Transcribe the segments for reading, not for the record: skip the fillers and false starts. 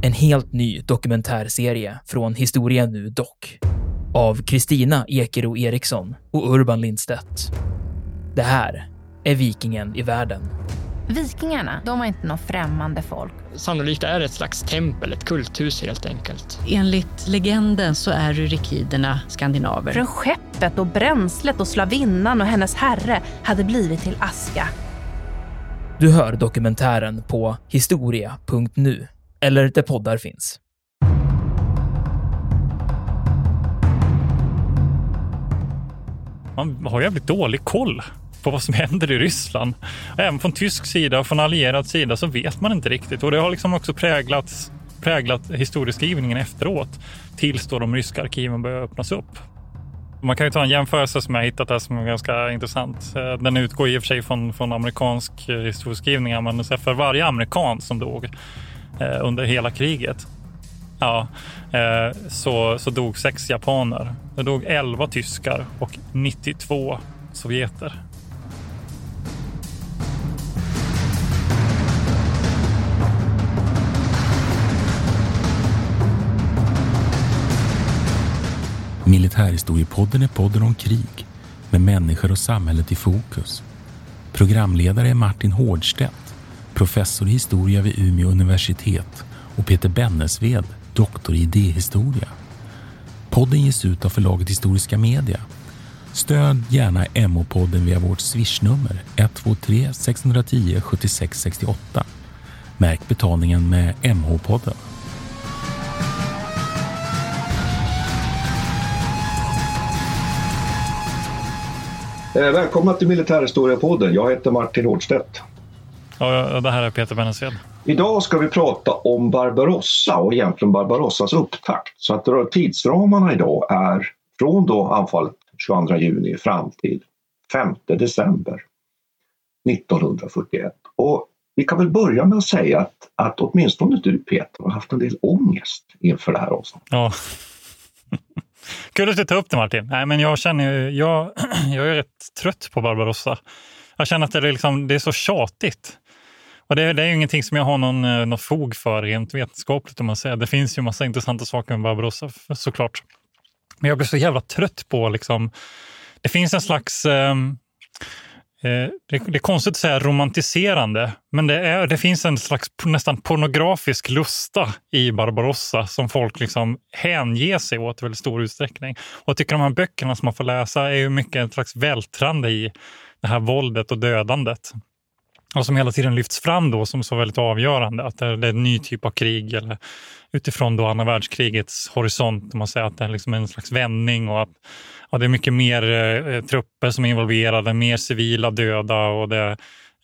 En helt ny dokumentärserie från Historia Nu Dock. Av Kristina Ekero Eriksson och Urban Lindstedt. Det här är Vikingen i världen. Vikingarna, de var inte något främmande folk. Sannolikt är det ett slags tempel, ett kulthus helt enkelt. Enligt legenden så är rykiderna skandinaver. Från skeppet och bränslet och slavinnan och hennes herre hade blivit till aska. Du hör dokumentären på historia.nu eller där poddar finns. Man har jävligt dålig koll på vad som händer i Ryssland. Även från tysk sida och från allierad sida så vet man inte riktigt. Och det har liksom också präglat historieskrivningen efteråt tills då de ryska arkiven börjar öppnas upp. Man kan ju ta en jämförelse som jag hittat här som är ganska intressant. Den utgår i och för sig från amerikansk historieskrivning, men för varje amerikan som dog under hela kriget så dog 6 japaner. Det dog 11 tyskar och 92 sovjeter. Militärhistoriepodden är podden om krig med människor och samhället i fokus. Programledare är Martin Hårdstedt, professor i historia vid Umeå universitet, och Peter Bennesved, doktor i idéhistoria. Podden ges ut av förlaget Historiska Media. Stöd gärna MH-podden via vårt swishnummer 123 610 76 68. Märk betalningen med MH-podden. Välkomna till Militärhistoriepodden. Jag heter Martin Hårdstedt. Och det här är Peter Bennesved. Idag ska vi prata om Barbarossa och egentligen Barbarossas upptakt. Så att tidsramarna idag är från då anfallet 22 juni fram till 5 december 1941. Och vi kan väl börja med att säga att åtminstone du, Peter, har haft en del ångest inför det här också. Ja. Kul att du tar upp det, Martin. Nej, men jag är rätt trött på Barbarossa. Jag känner att det är så tjatigt. Och det är ju ingenting som jag har någon fog för rent vetenskapligt, om man säger. Det finns ju massa intressanta saker med Barbarossa, såklart. Men jag blir så jävla trött på det finns en slags det är konstigt att säga romantiserande, men det finns en slags nästan pornografisk lusta i Barbarossa som folk hänger sig åt i väldigt stor utsträckning. Och jag tycker de här böckerna som man får läsa är ju mycket en slags vältrande i det här våldet och dödandet. Och som hela tiden lyfts fram då som så väldigt avgörande, att det är en ny typ av krig, eller utifrån då andra världskrigets horisont, om man säger att det är en slags vändning, och att det är mycket mer trupper som är involverade, mer civila döda, och det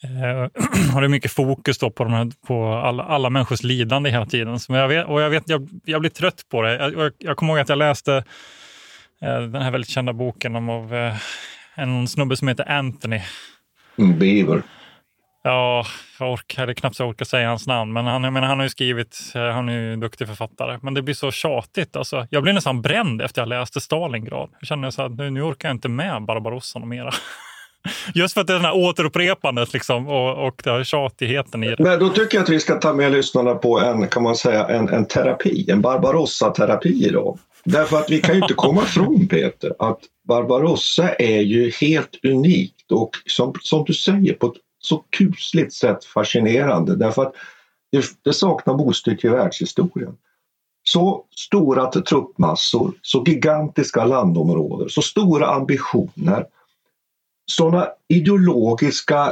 är mycket fokus då på alla människors lidande hela tiden. Så jag blir trött på det. Jag kommer ihåg att jag läste den här väldigt kända boken av en snubbe som heter Anthony Beaver. Ja, jag hade knappt så jag orkar säga hans namn. Men han har ju skrivit, han är ju en duktig författare. Men det blir så tjatigt. Alltså, jag blir nästan bränd efter jag läste Stalingrad. Jag känner så att nu orkar jag inte med Barbarossa och mera. Just för att det är den här återupprepandet och det här tjatigheten i det. Men då tycker jag att vi ska ta med lyssnarna på en terapi, en Barbarossa-terapi då. Därför att vi kan ju inte komma ifrån, Peter, att Barbarossa är ju helt unikt och som du säger på ett så kusligt sätt fascinerande, därför att det saknar motstycke i världshistorien. Så stora truppmassor, så gigantiska landområden, så stora ambitioner, sådana ideologiska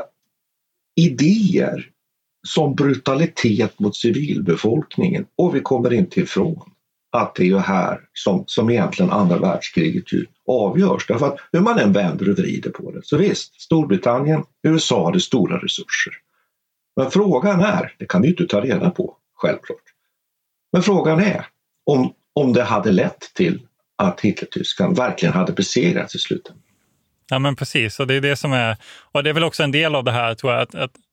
idéer som brutalitet mot civilbefolkningen. Och vi kommer inte ifrån att det är ju här som egentligen andra världskriget ju avgörs. Därför att hur man än vänder och vrider på det. Så visst, Storbritannien, USA hade stora resurser. Men frågan är, det kan vi ju inte ta reda på, självklart. Men frågan är om det hade lett till att Hitler-Tyskland verkligen hade besegrats i slutet. Ja, men precis. Och det är det som är, och det är väl också en del av det här, tror jag, att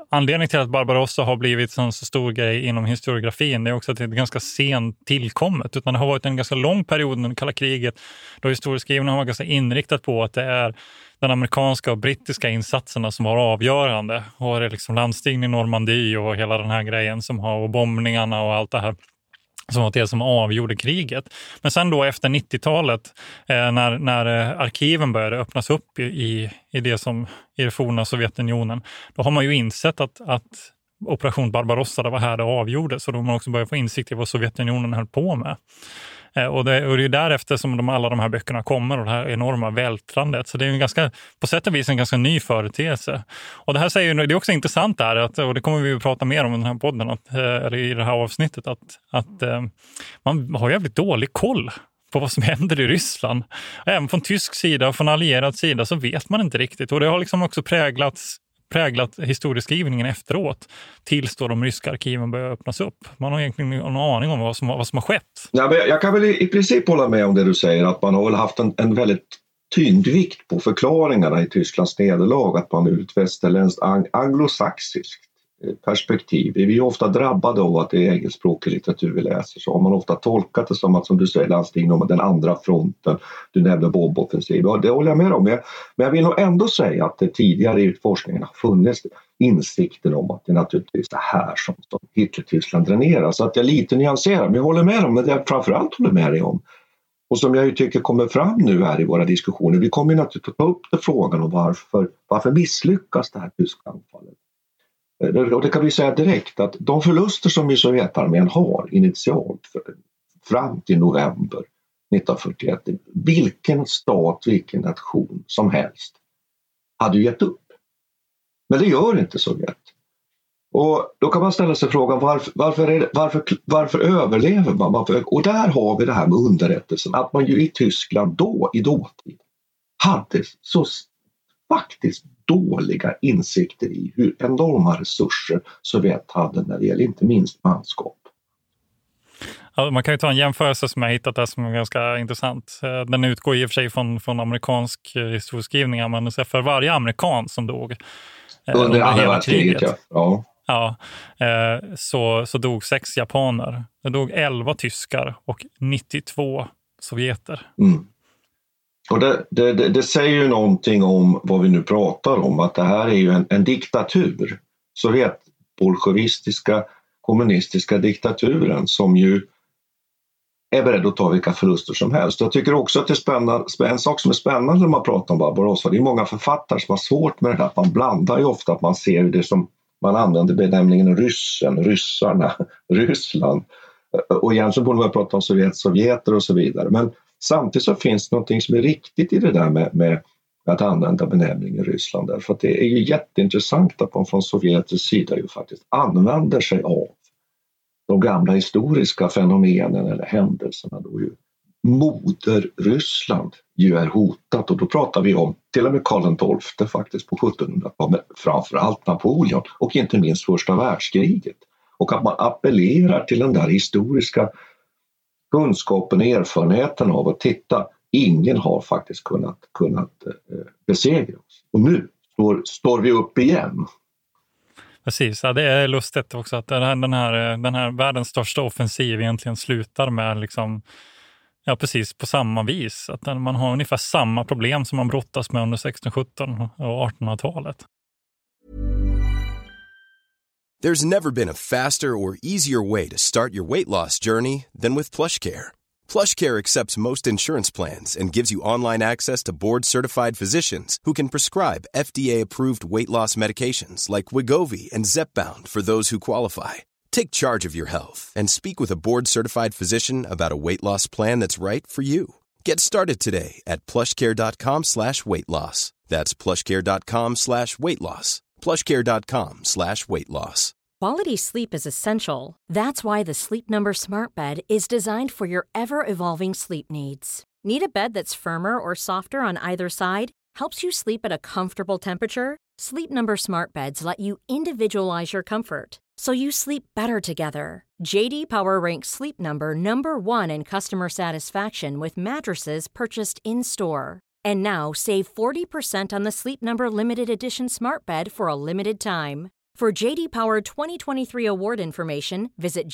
anledningen till att Barbarossa har blivit en så stor grej inom historiografin, det är också att det är ganska sent tillkommet, utan det har varit en ganska lång period under kalla kriget då historieskrivningen har varit ganska inriktat på att det är den amerikanska och brittiska insatserna som var avgörande, och det är liksom landstigning i Normandie och hela den här grejen som har, och bombningarna och allt det här som var det som avgjorde kriget. Men sen då efter 90-talet när arkiven började öppnas upp i det forna Sovjetunionen, då har man ju insett att Operation Barbarossa, det var här det avgjordes, så då har man också börjat få insikt i vad Sovjetunionen höll på med. Och det är ju därefter som alla de här böckerna kommer, och det här enorma vältrandet. Så det är en ganska, på sätt och vis en ganska ny företeelse. Och det här säger ju, det är också intressant där, och det kommer vi att prata mer om i den här podden, eller i det här avsnittet, att man har jävligt dålig koll på vad som händer i Ryssland. Även från tysk sida och från allierad sida så vet man inte riktigt. Och det har liksom också präglat historieskrivningen efteråt tills då de ryska arkiven börjar öppnas upp. Man har egentligen någon aning om vad som har skett. Ja, men jag kan väl i princip hålla med om det du säger, att man har väl haft en väldigt tyngdvikt på förklaringarna i Tysklands nederlag, att man utvästerländskt anglosaxiskt perspektiv. Vi är ju ofta drabbade av att det är engelskspråkig litteratur vi läser, så har man ofta tolkat det som att, som du säger, landstigning om den andra fronten, du nämnde bomboffensiv, och det håller jag med om. Men jag vill nog ändå säga att det tidigare i forskningen har funnits insikten om att det är naturligtvis det här som Hitler-Tyskland dränerar, så att jag lite nyanserar, men jag håller med om, men det jag framförallt håller med dig om, och som jag ju tycker kommer fram nu här i våra diskussioner, vi kommer naturligtvis att ta upp det frågan om varför misslyckas det här tyska anfallet. Och det kan vi säga direkt, att de förluster som i Sovjetarmén har initialt fram till november 1941, vilken stat, vilken nation som helst hade gett upp. Men det gör inte Sovjet. Och då kan man ställa sig frågan, varför överlever man? Och där har vi det här med underrättelsen, att man ju i Tyskland i dåtid hade så faktiskt dåliga insikter i hur enorma resurser Sovjet hade när det gäller inte minst manskap. Ja, man kan ju ta en jämförelse som jag hittat där som är ganska intressant. Den utgår i och för sig från amerikansk historieskrivning, men för varje amerikan som dog under andra världskriget, så dog 6 japaner. Det dog 11 tyskar och 92 sovjeter. Mm. Och det säger ju någonting om vad vi nu pratar om, att det här är ju en diktatur, sovjetbolsjevistiska kommunistiska diktaturen, som ju är beredd att ta vilka förluster som helst. Jag tycker också att det är spännande, en sak som är spännande när man pratar om Barbarossa, det är många författare som har svårt med det här, man blandar ju ofta, att man ser det som man använder benämningen ryssarna, Ryssland, och egentligen borde man prata om sovjeter och så vidare, men samtidigt så finns det någonting som är riktigt i det där med att använda benämningen Ryssland. För att det är ju jätteintressant att man från Sovjetisk sida ju faktiskt använder sig av de gamla historiska fenomenen eller händelserna. Då ju moder Ryssland ju är hotat, och då pratar vi om till och med Karl XII faktiskt på 1700-talet, framförallt Napoleon och inte minst första världskriget. Och att man appellerar till den där historiska kunskapen och erfarenheten av att titta, ingen har faktiskt kunnat besegra oss. Och nu står vi upp igen. Precis, ja, det är lustigt också att den här världens största offensiv egentligen slutar med liksom, ja, precis på samma vis. Att man har ungefär samma problem som man brottas med under 1600-, 1700- och 1800-talet. There's never been a faster or easier way to start your weight loss journey than with PlushCare. PlushCare accepts most insurance plans and gives you online access to board-certified physicians who can prescribe FDA-approved weight loss medications like Wegovy and Zepbound for those who qualify. Take charge of your health and speak with a board-certified physician about a weight loss plan that's right for you. Get started today at plushcare.com/weightloss. That's plushcare.com/weightloss. plushcare.com/weightloss. Quality sleep is essential. That's why the Sleep Number Smart Bed is designed for your ever-evolving sleep needs. Need a bed that's firmer or softer on either side? Helps you sleep at a comfortable temperature? Sleep Number Smart Beds let you individualize your comfort, so you sleep better together. JD Power ranks Sleep Number #1 in customer satisfaction with mattresses purchased in-store. And now, save 40% on the Sleep Number Limited Edition Smart Bed for a limited time. For JD Power 2023 award information, visit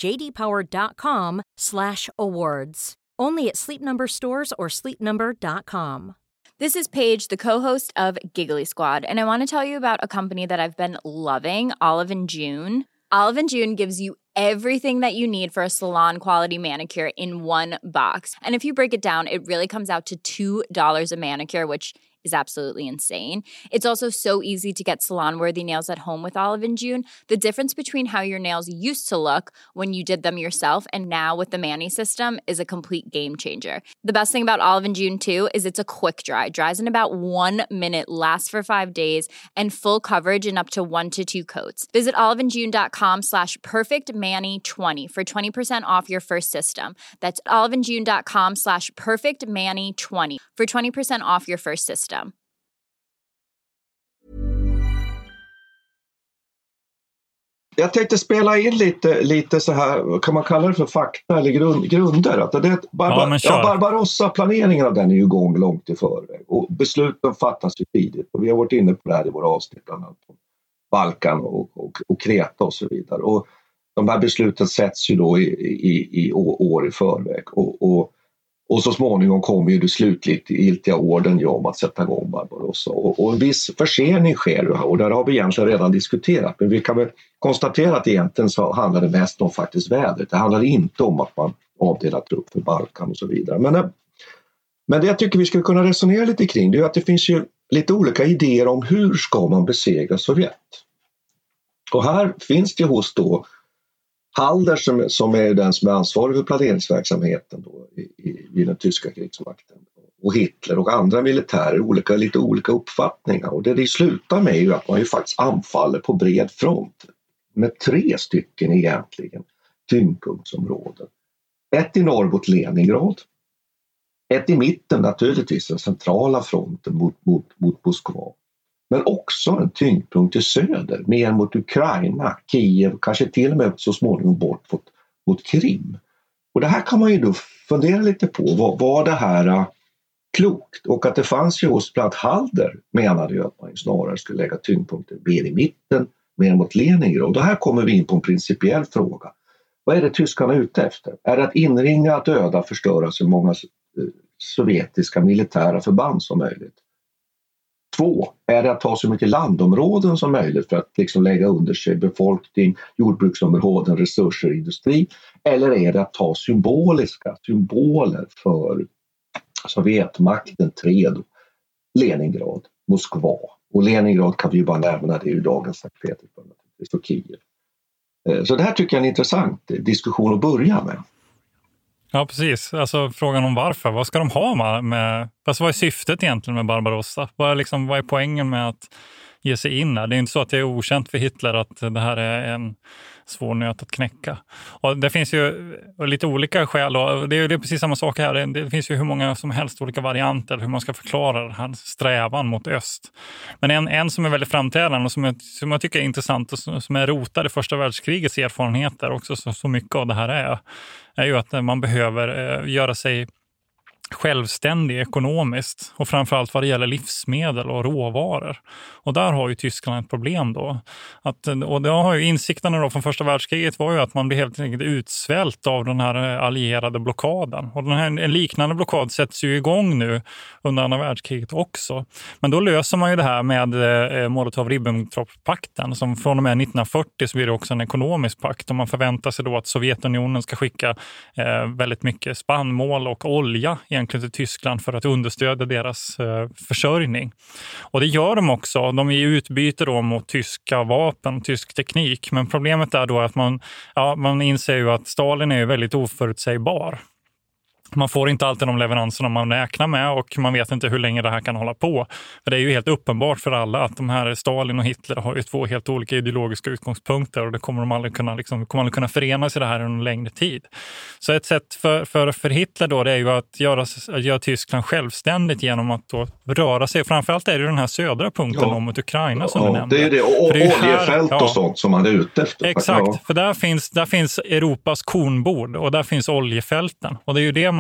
jdpower.com/awards. Only at Sleep Number stores or sleepnumber.com. This is Paige, the co-host of Giggly Squad, and I want to tell you about a company that I've been loving, Olive & June. Olive & June gives you everything that you need for a salon-quality manicure in one box. And if you break it down, it really comes out to $2 a manicure, which is absolutely insane. It's also so easy to get salon-worthy nails at home with Olive & June. The difference between how your nails used to look when you did them yourself and now with the Mani system is a complete game changer. The best thing about Olive & June, too, is it's a quick dry. Dries in about 1 minute, lasts for 5 days, and full coverage in up to 1 to 2 coats. Visit oliveandjune.com/perfectmani20 for 20% off your first system. That's oliveandjune.com/perfectmani20 for 20% off your first system. Jag tänkte spela in lite så här, kan man kalla det för fakta eller grunder? Att Barbarossa-planeringen av den är ju igång långt i förväg. Och besluten fattas ju tidigt. Och vi har varit inne på det här i våra avsnitt, bland annat om Balkan och Kreta och så vidare. Och de här besluten sätts ju då i år i förväg. Och så småningom kommer ju det slutgiltiga orden om att sätta igång Barbarossa. Och en viss försening sker ju här, och där har vi egentligen redan diskuterat. Men vi kan väl konstatera att egentligen så handlar det mest om faktiskt vädret. Det handlar inte om att man avdelar trupp för Balkan och så vidare. Men det jag tycker vi skulle kunna resonera lite kring, det är att det finns ju lite olika idéer om hur ska man besegra Sovjet. Och här finns det hos då Halder som är den som är ansvarig för planeringsverksamheten då i den tyska krigsmakten, och Hitler och andra militärer, lite olika uppfattningar. Och det slutar med ju att man ju faktiskt anfaller på bred front med 3 stycken egentligen tyngdpunktsområden. Ett i norr mot Leningrad, ett i mitten naturligtvis, den centrala fronten mot Moskva. Men också en tyngdpunkt i söder, mer mot Ukraina, Kiev, kanske till och med så småningom bort mot Krim. Och det här kan man ju då fundera lite på, var det här klokt? Och att det fanns ju hos bland Halder, menade ju att man snarare skulle lägga tyngdpunkten mer i mitten, mer mot Leningrad. Och här kommer vi in på en principiell fråga. Vad är det tyskarna är ute efter? Är det att inringa, döda, förstöra så många sovjetiska militära förband som möjligt? 2, är det att ta så mycket landområden som möjligt för att liksom lägga under sig befolkning, jordbruksområden, resurser, industri? Eller är det att ta symboler för Sovjetmakten? 3 då, Leningrad, Moskva. Och Leningrad kan vi ju bara nämna, det är ju dagens Sankt Petersburg och Kiev. Så det här tycker jag är en intressant diskussion att börja med. Ja, precis. Alltså frågan om varför. Vad ska de ha med vad är syftet egentligen med Barbarossa? Vad är poängen med att ge sig in här? Det är inte så att det är okänt för Hitler att det här är en svår nöt att knäcka. Och det finns ju lite olika skäl, och det är precis samma sak här. Det finns ju hur många som helst olika varianter hur man ska förklara den här strävan mot öst. Men en som är väldigt framträdande och som jag tycker är intressant och som är rotad i första världskrigets erfarenheter också, så mycket av det här är ju att man behöver göra sig självständig ekonomiskt, och framförallt vad det gäller livsmedel och råvaror. Och där har ju Tyskland ett problem då. Och det har ju insikterna då från första världskriget var ju att man blir helt enkelt utsvält av den här allierade blockaden. Och en liknande blockad sätts ju igång nu under andra världskriget också. Men då löser man ju det här med Molotov-Ribbentrop-pakten, som från och med 1940 så blir det också en ekonomisk pakt, och man förväntar sig då att Sovjetunionen ska skicka väldigt mycket spannmål och olja egentligen till Tyskland för att understödja deras försörjning. Och det gör de också. De är i utbyte då mot tyska vapen och tysk teknik. Men problemet är då att man inser ju att Stalin är ju väldigt oförutsägbar. Man får inte alltid de leveranserna man räknar med, och man vet inte hur länge det här kan hålla på. För det är ju helt uppenbart för alla att de här Stalin och Hitler har ju 2 helt olika ideologiska utgångspunkter, och det kommer de aldrig kunna förena sig det här under en längre tid. Så ett sätt för Hitler då, det är ju att göra Tyskland självständigt genom att då röra sig. Framförallt är det den här södra punkten om mot Ukraina som du nämnde. Det är det, och oljefält och sånt som man är ute efter. Exakt, för där finns Europas kornbord, och där finns oljefälten. Och det är ju det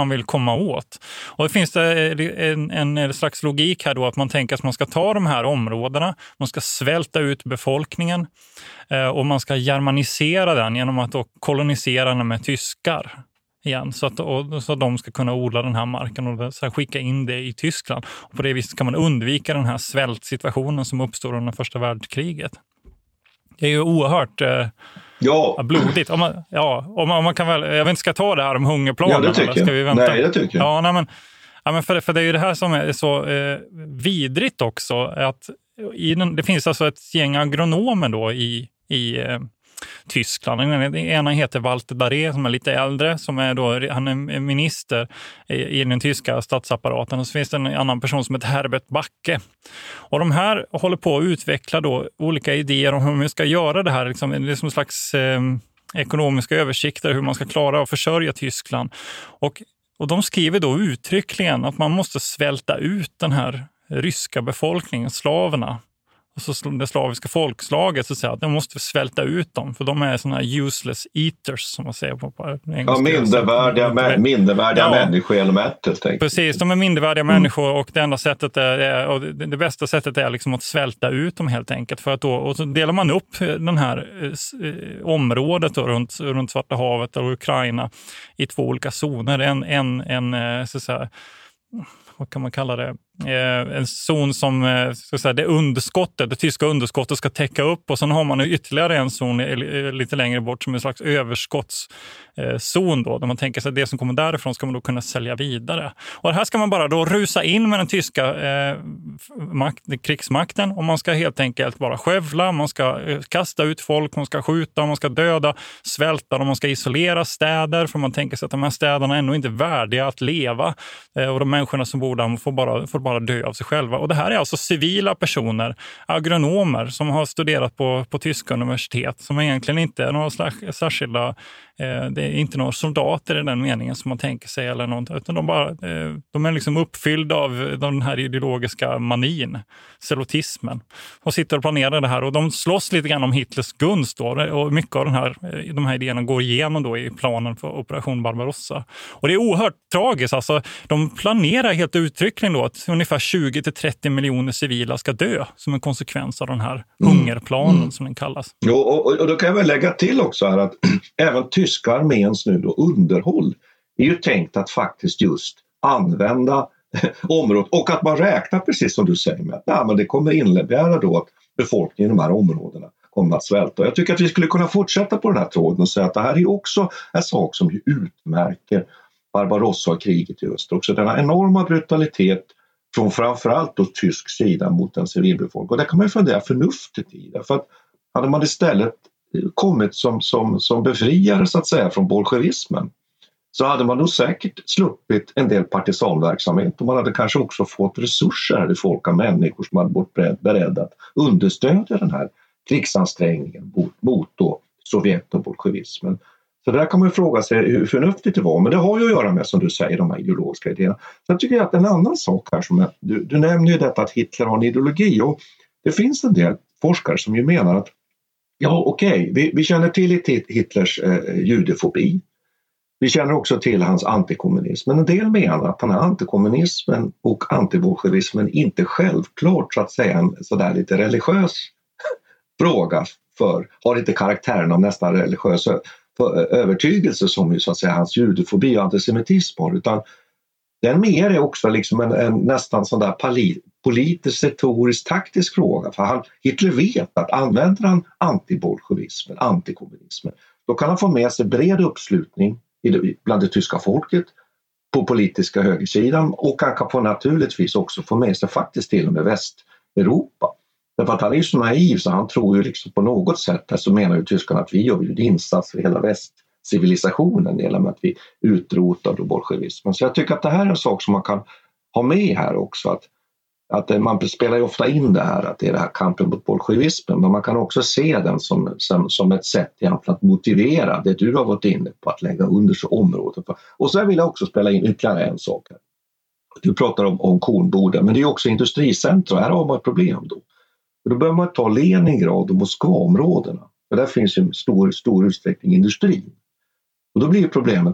man vill komma åt. Och det finns det en slags logik här då, att man tänker att man ska ta de här områdena, man ska svälta ut befolkningen och man ska germanisera den genom att då kolonisera den med tyskar igen, så att de ska kunna odla den här marken och så skicka in det i Tyskland. Och på det viset kan man undvika den här svältsituationen som uppstår under första världskriget. Det är ju oerhört blodigt. Om man kan väl, jag vet inte, ska ta det här om hungerplanen. Ja, det tycker jag. Ska vi vänta? Nej, det tycker jag. Men för det är ju det här som är så vidrigt också, att det finns alltså ett gäng agronomer då i Tyskland. Den ena heter Walter Darré som är lite äldre, han är minister i den tyska statsapparaten, och så finns det en annan person som heter Herbert Backe. Och de här håller på att utveckla då olika idéer om hur man ska göra det här, liksom, det är som en slags ekonomiska översikter hur man ska klara att försörja Tyskland. Och de skriver då uttryckligen att man måste svälta ut den här ryska befolkningen, slaverna. Och så det slaviska folkslaget, så att säga, att de måste svälta ut dem, för de är såna här useless eaters som man säger på engelska. Mindervärdiga människoelement helt enkelt. Precis, de är mindervärdiga människor, och det enda sättet och det bästa sättet är liksom att svälta ut dem helt enkelt, för att då, och så delar man upp den här området då, runt Svarta havet och Ukraina i 2 olika zoner. En så att säga, vad kan man kalla det? En zon som ska säga, det tyska underskottet ska täcka upp, och sen har man ytterligare en zon lite längre bort som en slags överskottszon då, där man tänker sig att det som kommer därifrån ska man då kunna sälja vidare. Och det här ska man bara då rusa in med den tyska krigsmakten, och man ska helt enkelt bara skövla, man ska kasta ut folk, man ska skjuta, man ska döda, svälta, och man ska isolera städer, för man tänker sig att de här städerna är ändå inte värdiga att leva, och de människorna som bor där får bara dö av sig själva. Och det här är alltså civila personer, agronomer som har studerat på tyska universitet, som egentligen inte är några särskilda, det är inte några soldater i den meningen som man tänker sig eller något, utan de är liksom uppfyllda av den här ideologiska manin, zelotismen, och sitter och planerar det här, och de slåss lite grann om Hitlers gunst då, och mycket av de här idéerna går igenom då i planen för Operation Barbarossa. Och det är oerhört tragiskt, alltså de planerar helt uttryckligen då att ungefär 20-30 miljoner civila ska dö som en konsekvens av den här hungerplanen som den kallas. Jo, och då kan jag väl lägga till också här att även tyska arméns nu då underhåll är ju tänkt att faktiskt just använda området, och att man räknar precis som du säger med att men det kommer innebära då att befolkningen i de här områdena kommer att svälta. Jag tycker att vi skulle kunna fortsätta på den här tråden och säga att det här är också en sak som utmärker Barbarossa och kriget i öst. Också denna enorma brutalitet från framförallt då tysk sida mot en civilbefolkning. Och det kan man ju fundera förnuftigt i. För att hade man istället kommit som befriare så att säga från bolsjevismen, så hade man då säkert sluppit en del partisanverksamhet, och man hade kanske också fått resurser i folk av människor som hade varit beredda att understödja den här krigsansträngningen mot då Sovjet och bolsjevismen. Så där kan man fråga sig hur förnuftigt det var, men det har ju att göra med, som du säger, de här ideologiska idéerna. Sen tycker jag att en annan sak här, som du nämner ju detta att Hitler har en ideologi, och det finns en del forskare som ju menar att vi känner till Hitlers judefobi. Vi känner också till hans antikommunism, men en del menar att den här antikommunismen och antibolsjevismen inte självklart så att säga en sådär lite religiös fråga, har inte karaktären av nästan religiös övertygelse som ju så att säga hans judefobi och antisemitism har, utan den mer är också liksom en nästan sån där politisk, sektorisk, taktisk fråga. För Hitler vet att använder han antibolsjevismen, antikommunismen, då kan han få med sig bred uppslutning bland det tyska folket på politiska högersidan, och han kan få naturligtvis också få med sig faktiskt till och med Västeuropa. Därför att han är ju så naiv så han tror ju liksom på något sätt, så menar ju tyskarna att vi gör ju en insats för hela västcivilisationen genom att vi utrotar bolsjevismen. Så jag tycker att det här är en sak som man kan ha med här också, att man spelar ju ofta in det här, att det är det här kampen mot bolsjevismen, men man kan också se den som ett sätt egentligen att motivera det du har varit inne på, att lägga under så områden. Och så vill jag också spela in ytterligare en sak här. Du pratar om Kornboden, men det är också industricentra, här har man ett problem då. Då bör man ta Leningrad och Moskvaområdena, för där finns ju stor utsträckning industri. Och då blir ju problemet att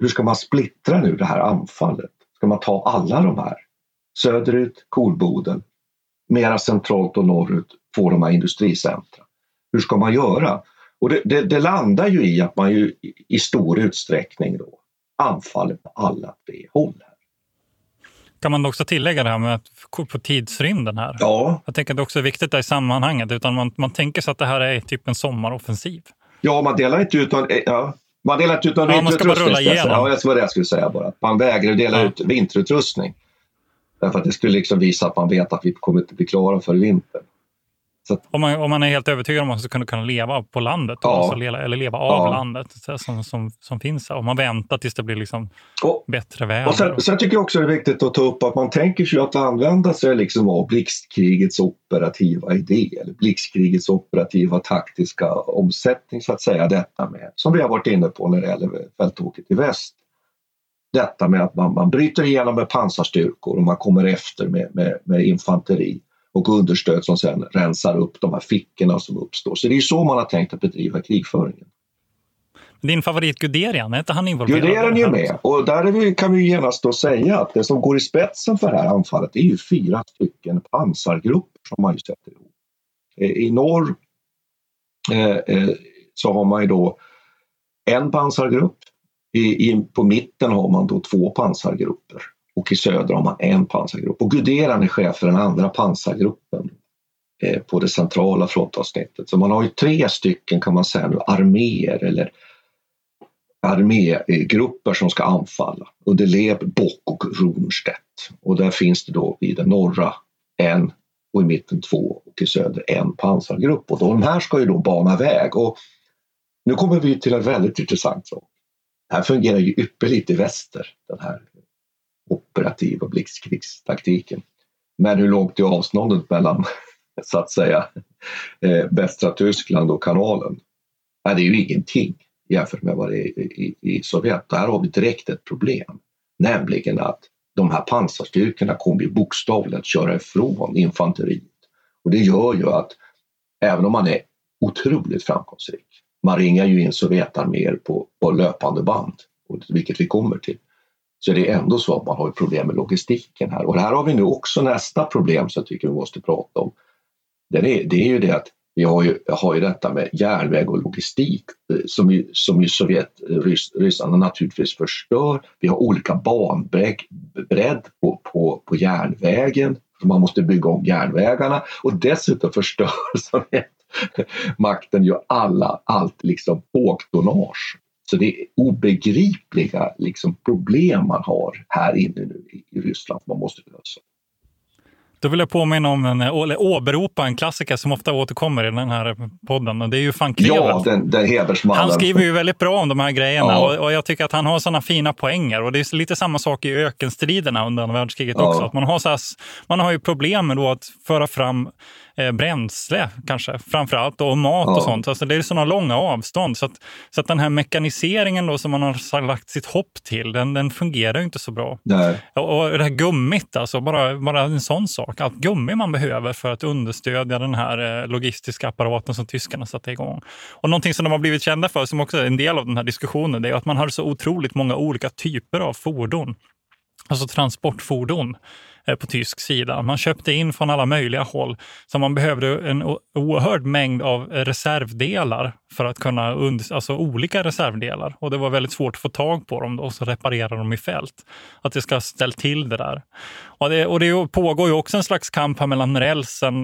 hur ska man splittra nu det här anfallet? Ska man ta alla de här? Söderut, Kolboden, mera centralt och norrut får de här industricentra. Hur ska man göra? Och det landar ju i att man ju i stor utsträckning då anfaller på alla tre håll här. Kan man också tillägga det här med på tidsrymden här? Ja. Jag tänker att det också är viktigt i sammanhanget, utan man tänker sig att det här är typ en sommaroffensiv. Ja, man delar inte ut någon man ska bara rulla igenom. Ja, det var det jag skulle säga bara. Man vägrar dela ut vinterutrustning. Därför att det skulle liksom visa att man vet att vi kommer inte bli klara för vintern. Så att, om man är helt övertygad om att man ska kunna leva på landet, alltså eller leva av landet som finns här. Och man väntar tills det blir liksom bättre väder. Och sen tycker jag också det är viktigt att ta upp att man tänker sig att använda sig liksom av blixtkrigets operativa idé eller blixtkrigets operativa taktiska omsättning så att säga, detta med, som vi har varit inne på när det gäller fältåket i väst. Detta med att man bryter igenom med pansarstyrkor och man kommer efter med infanteri och understöd som sen rensar upp de här fickorna som uppstår. Så det är ju så man har tänkt att bedriva krigföringen. Din favorit Guderian, är inte han involverad? Guderian är ju med. Och där kan vi genast då säga att det som går i spetsen för det här anfallet är ju 4 stycken pansargrupper som man ju sätter ihop. I norr så har man ju då en pansargrupp. På mitten har man då 2 pansargrupper. Och i söder har man en pansargrupp. Och Guderian är chef för den andra pansargruppen på det centrala frontavsnittet. Så man har ju 3 stycken kan man säga nu arméer eller armégrupper som ska anfalla. Under Leb, Bock och Runstedt. Och där finns det då i den norra en och i mitten 2 och i söder en pansargrupp. Och de här ska ju då bana väg. Och nu kommer vi till en väldigt intressant sak. Det här fungerar ju ypperligt i väster, den här operativa blixtkrigstaktiken. Men hur långt är avståndet mellan så att säga västra Tyskland och kanalen? Nej, det är ju ingenting jämfört med vad det är i Sovjet. Där har vi direkt ett problem. Nämligen att de här pansarstyrkorna kommer ju bokstavligt att köra ifrån infanteriet. Och det gör ju att även om man är otroligt framgångsrik, man ringar ju in Sovjetarméer på löpande band, vilket vi kommer till. Så det är ändå så att man har ett problem med logistiken här. Och här har vi nu också nästa problem som jag tycker vi måste prata om. Det är ju det att vi har ju detta med järnväg och logistik som ju ryssarna naturligtvis förstör. Vi har olika banbredd på järnvägen. Man måste bygga om järnvägarna och dessutom förstör Sovjetmakten ju allt liksom tågtonnage. Så det är obegripliga liksom problem man har här inne nu i Ryssland man måste lösa. Då vill jag påminna om åberopa en klassiker som ofta återkommer i den här podden. Och det är ju van Kleef. Ja, den hedersmannen. Han skriver ju väldigt bra om de här grejerna. Ja. Och jag tycker att han har sådana fina poänger. Och det är lite samma sak i ökenstriderna under andra världskriget också. Att man har ju problem med då att föra fram bränsle kanske, framförallt och mat och sånt. Alltså det är sådana långa avstånd så att den här mekaniseringen då som man har lagt sitt hopp till, den fungerar ju inte så bra. Nej. Och det här gummit, alltså bara en sån sak. Allt gummi man behöver för att understödja den här logistiska apparaten som tyskarna satte igång. Och någonting som de har blivit kända för, som också är en del av den här diskussionen, det är att man har så otroligt många olika typer av fordon. Alltså transportfordon på tysk sida. Man köpte in från alla möjliga håll. Så man behövde en oerhörd mängd av reservdelar för att kunna, alltså olika reservdelar. Och det var väldigt svårt att få tag på dem då, och så reparera dem i fält. Att det ska ställa till det där. Och det pågår ju också en slags kamp här mellan rälsen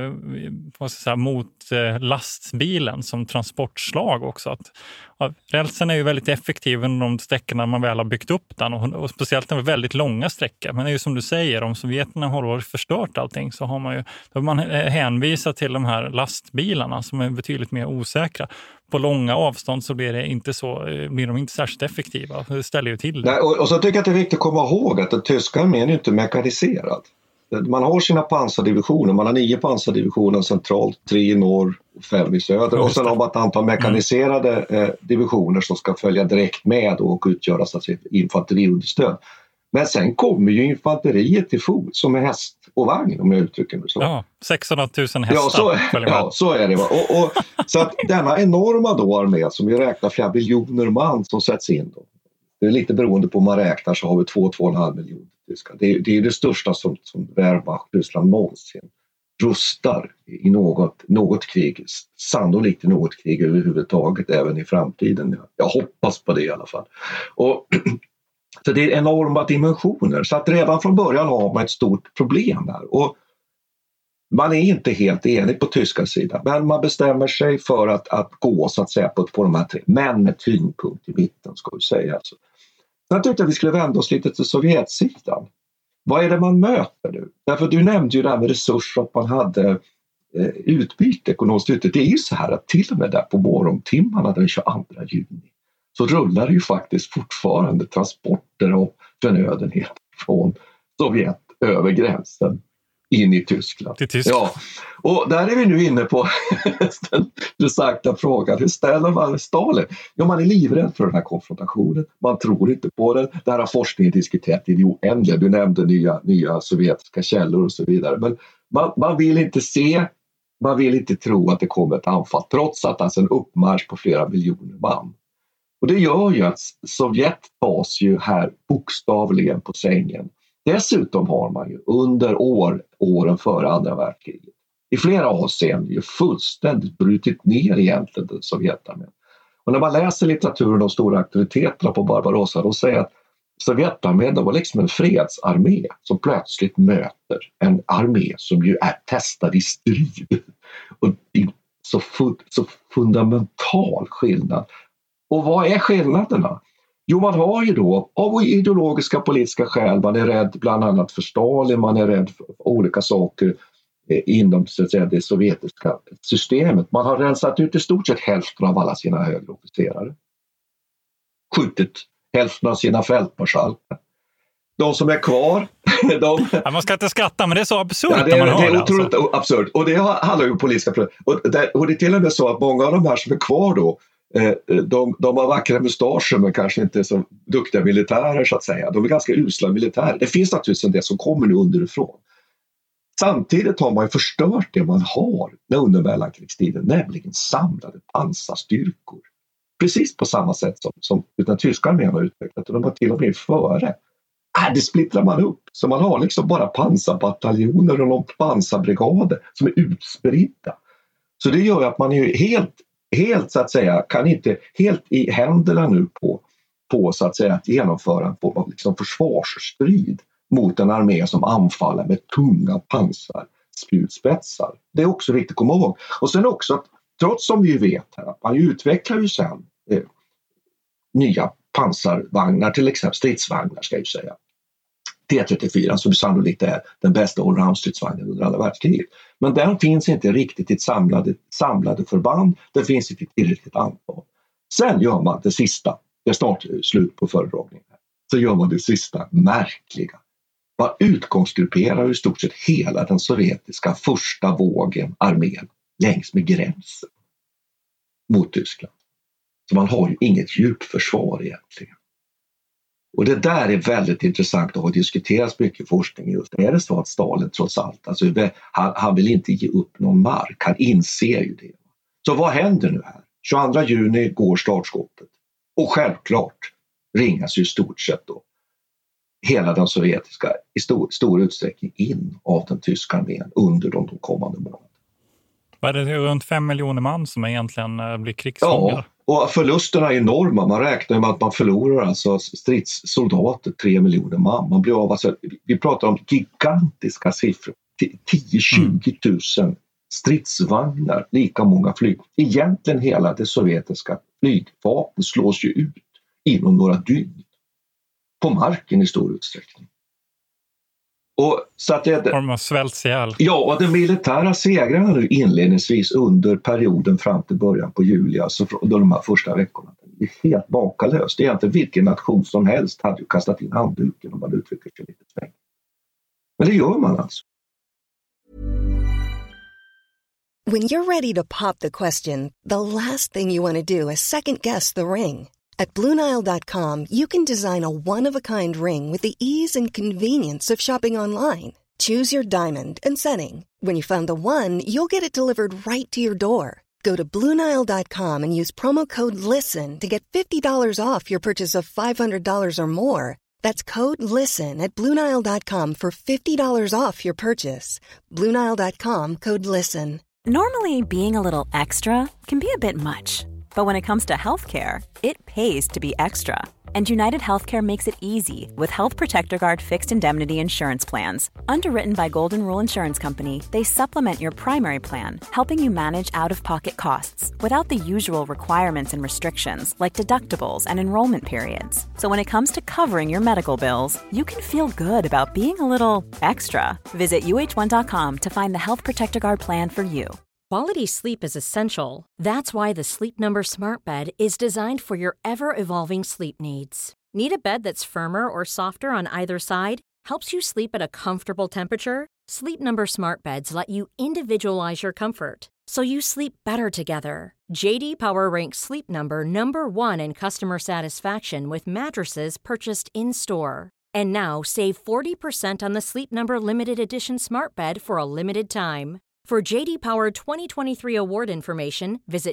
mot lastbilen som transportslag också. Rälsen är ju väldigt effektiv under de sträckorna man väl har byggt upp den. Och speciellt när det är väldigt långa sträckor. Men det är ju som du säger, om Sovjeterna har förstört allting så har man hänvisat till de här lastbilarna som är betydligt mer osäkra. På långa avstånd så blir de inte särskilt effektiva. Det ställer ju till det. Nej, och så tycker jag att det är viktigt att komma ihåg att den tyska armén är inte mekaniserad. Man har sina pansardivisioner, man har 9 pansardivisioner centralt, 3 i norr, 5 i söder. Och sen har man ett antal mekaniserade divisioner som ska följa direkt med och utgöra så att säga infanteriunderstöd. Men sen kommer ju infanteriet till fot som är häst och vagn, om jag uttrycker det så. Ja, 600 000 hästar. Så är det. Så att denna enorma då armé som vi räknar flera biljoner man som sätts in då. Det är lite beroende på hur man räknar, så har vi 2,5 miljoner tyskar. Det är det största som Wehrmacht Ryssland någonsin rustar i något krig, sannolikt i något krig överhuvudtaget även i framtiden. Jag hoppas på det i alla fall. Så det är enorma dimensioner, så att redan från början har man ett stort problem här. Och man är inte helt enig på tyska sidan, men man bestämmer sig för att gå så att säga på de här 3, men med tyngdpunkt i mitten, ska vi säga. Så jag tyckte att vi skulle vända oss lite till Sovjetsidan. Vad är det man möter nu? Därför du nämnde ju det här med resurser, att man hade utbyte, ekonomiskt utbyte. Det är ju så här att till och med där på morgontimmarna den 22 juni så rullar det ju faktiskt fortfarande transporter av förnödenhet från Sovjet över gränsen in i Tyskland. Ja. Och där är vi nu inne på den intressanta frågan. Hur ställer man Stalin? Ja, man är livrädd för den här konfrontationen. Man tror inte på den. Det här har forskningen diskuterat i det oändliga. Du nämnde nya sovjetiska källor och så vidare. Men man vill inte se, man vill inte tro att det kommer ett anfall, trots att alltså en uppmarsch på flera miljoner man. Och det gör ju att Sovjet tas ju här bokstavligen på sängen. Dessutom har man ju under åren före andra världskriget i flera avseenden ju fullständigt brutit ner egentligen den Sovjetarmén. Och när man läser litteraturen om de stora aktiviteterna på Barbarossa, då säger att Sovjetarmén var liksom en fredsarmé som plötsligt möter en armé som ju är testad i strid. Och det är så fundamental skillnad. Och vad är skillnaderna? Jo, man har ju då av ideologiska politiska skäl, man är rädd bland annat för Stalin, man är rädd för olika saker inom så att säga, det sovjetiska systemet. Man har rensat ut i stort sett hälften av alla sina högre officerare. Skjutit hälften av sina fältmarskalkar. De som är kvar, man ska inte skratta, men det är så absurt. Ja, det är otroligt absurt. Och det handlar ju om politiska problem. Och det är till och med så att många av de här som är kvar då, de har vackra mustascher men kanske inte så duktiga militärer så att säga. De är ganska usla militärer. Det finns naturligtvis en del som kommer nu underifrån. Samtidigt har man ju förstört det man har under mellankrigstiden, nämligen samlade pansarstyrkor. Precis på samma sätt som den tyska armén har utvecklat, och de var till och med före. Det splittrar man upp. Så man har liksom bara pansarbataljoner och någon pansarbrigader som är utspridda. Så det gör att man är helt så att säga, kan inte helt i händerna nu på så att säga att genomföra en form av liksom försvarsstrid mot en armé som anfaller med tunga pansarspjutspetsar. Det är också viktigt att komma ihåg. Och sen också att trots som vi vet här, att man utvecklar ju sen nya pansarvagnar, till exempel stridsvagnar ska jag säga. T34 som sannolikt är den bästa allround-stridsvagnen under alla världskriget. Men den finns inte riktigt i ett samlade förband, det finns inte i tillräckligt antal. Sen gör man det sista, det är snart slut på föredragningen, så gör man det sista märkliga. Man utgångsgrupperar i stort sett hela den sovjetiska första vågen armén längs med gränsen mot Tyskland. Så man har ju inget djupförsvar egentligen. Och det där är väldigt intressant och har diskuterats mycket i forskning just. Är det så att Stalin trots allt, alltså han vill inte ge upp någon mark, han inser ju det. Så vad händer nu här? 22 juni går startskottet. Och självklart ringas ju i stort sett då hela den sovjetiska i stor utsträckning in av den tyska armén under de kommande månaderna. Var det runt 5 miljoner man som egentligen blir krigsfångar? Ja, och förlusterna är enorma. Man räknar med att man förlorar alltså stridssoldater 3 miljoner man. Man blir av, alltså, vi pratar om gigantiska siffror. 10-20 000 stridsvagnar, lika många flyg. Egentligen hela det sovjetiska flygvapnet slås ju ut inom några dygn. På marken i stor utsträckning. Och så att de har svälts ihjäl. Ja, och de militära segrarna nu inledningsvis under perioden fram till början på juli, alltså under de här första veckorna, det är helt bakalöst. Egentligen vilken nation som helst hade ju kastat in handduken om man uttrycker sig lite sväng. Men det gör man alltså. When you're ready to pop the question, the last thing you want to do is second guess the ring. At BlueNile.com, you can design a one-of-a-kind ring with the ease and convenience of shopping online. Choose your diamond and setting. When you find the one, you'll get it delivered right to your door. Go to BlueNile.com and use promo code LISTEN to get $50 off your purchase of $500 or more. That's code LISTEN at BlueNile.com for $50 off your purchase. BlueNile.com, code LISTEN. Normally, being a little extra can be a bit much. But when it comes to healthcare, it pays to be extra. And United Healthcare makes it easy with Health Protector Guard fixed indemnity insurance plans. Underwritten by Golden Rule Insurance Company, they supplement your primary plan, helping you manage out-of-pocket costs without the usual requirements and restrictions like deductibles and enrollment periods. So when it comes to covering your medical bills, you can feel good about being a little extra. Visit UH1.com to find the Health Protector Guard plan for you. Quality sleep is essential. That's why the Sleep Number Smart Bed is designed for your ever-evolving sleep needs. Need a bed that's firmer or softer on either side? Helps you sleep at a comfortable temperature? Sleep Number Smart Beds let you individualize your comfort, so you sleep better together. J.D. Power ranks Sleep Number #1 in customer satisfaction with mattresses purchased in-store. And now, save 40% on the Sleep Number Limited Edition Smart Bed for a limited time. For JD Power 2023 award information, visit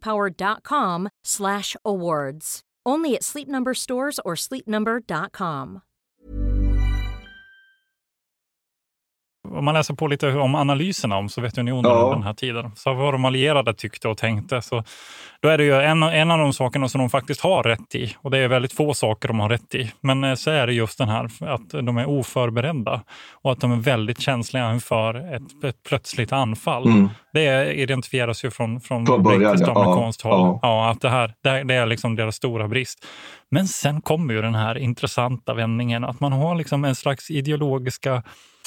jdpower.com/awards. Only at Sleep Number stores or sleepnumber.com. Om man läser på lite om analyserna om Sovjetunionen under den här tiden, så vad de allierade tyckte och tänkte, så då är det ju en av de sakerna som de faktiskt har rätt i, och det är väldigt få saker de har rätt i, men så är det just den här att de är oförberedda och att de är väldigt känsliga inför ett plötsligt anfall. Det identifieras ju från brittiskt och amerikanskt håll. Ja, att det är liksom deras stora brist. Men sen kommer ju den här intressanta vändningen att man har liksom en slags ideologiska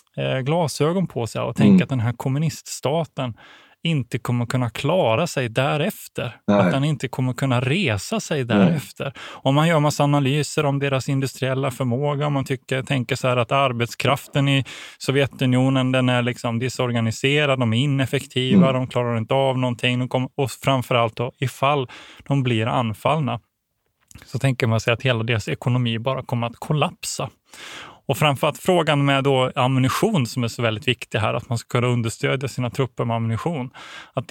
glasögon på sig och tänka att den här kommuniststaten inte kommer kunna klara sig därefter. Nej. Att den inte kommer kunna resa sig därefter. Om man gör massa analyser om deras industriella förmåga, om man tänker så här att arbetskraften i Sovjetunionen, den är liksom disorganiserad, de är ineffektiva, de klarar inte av någonting, och framförallt då ifall de blir anfallna, så tänker man sig att hela deras ekonomi bara kommer att kollapsa. Och framförallt frågan med då ammunition som är så väldigt viktig här, att man ska kunna understödja sina trupper med ammunition. Att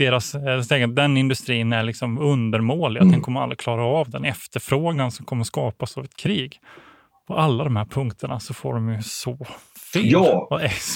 den industrin är liksom undermålig, att den kommer aldrig klara av den efterfrågan som kommer skapas av ett krig. På alla de här punkterna så får de ju så fel. Ja.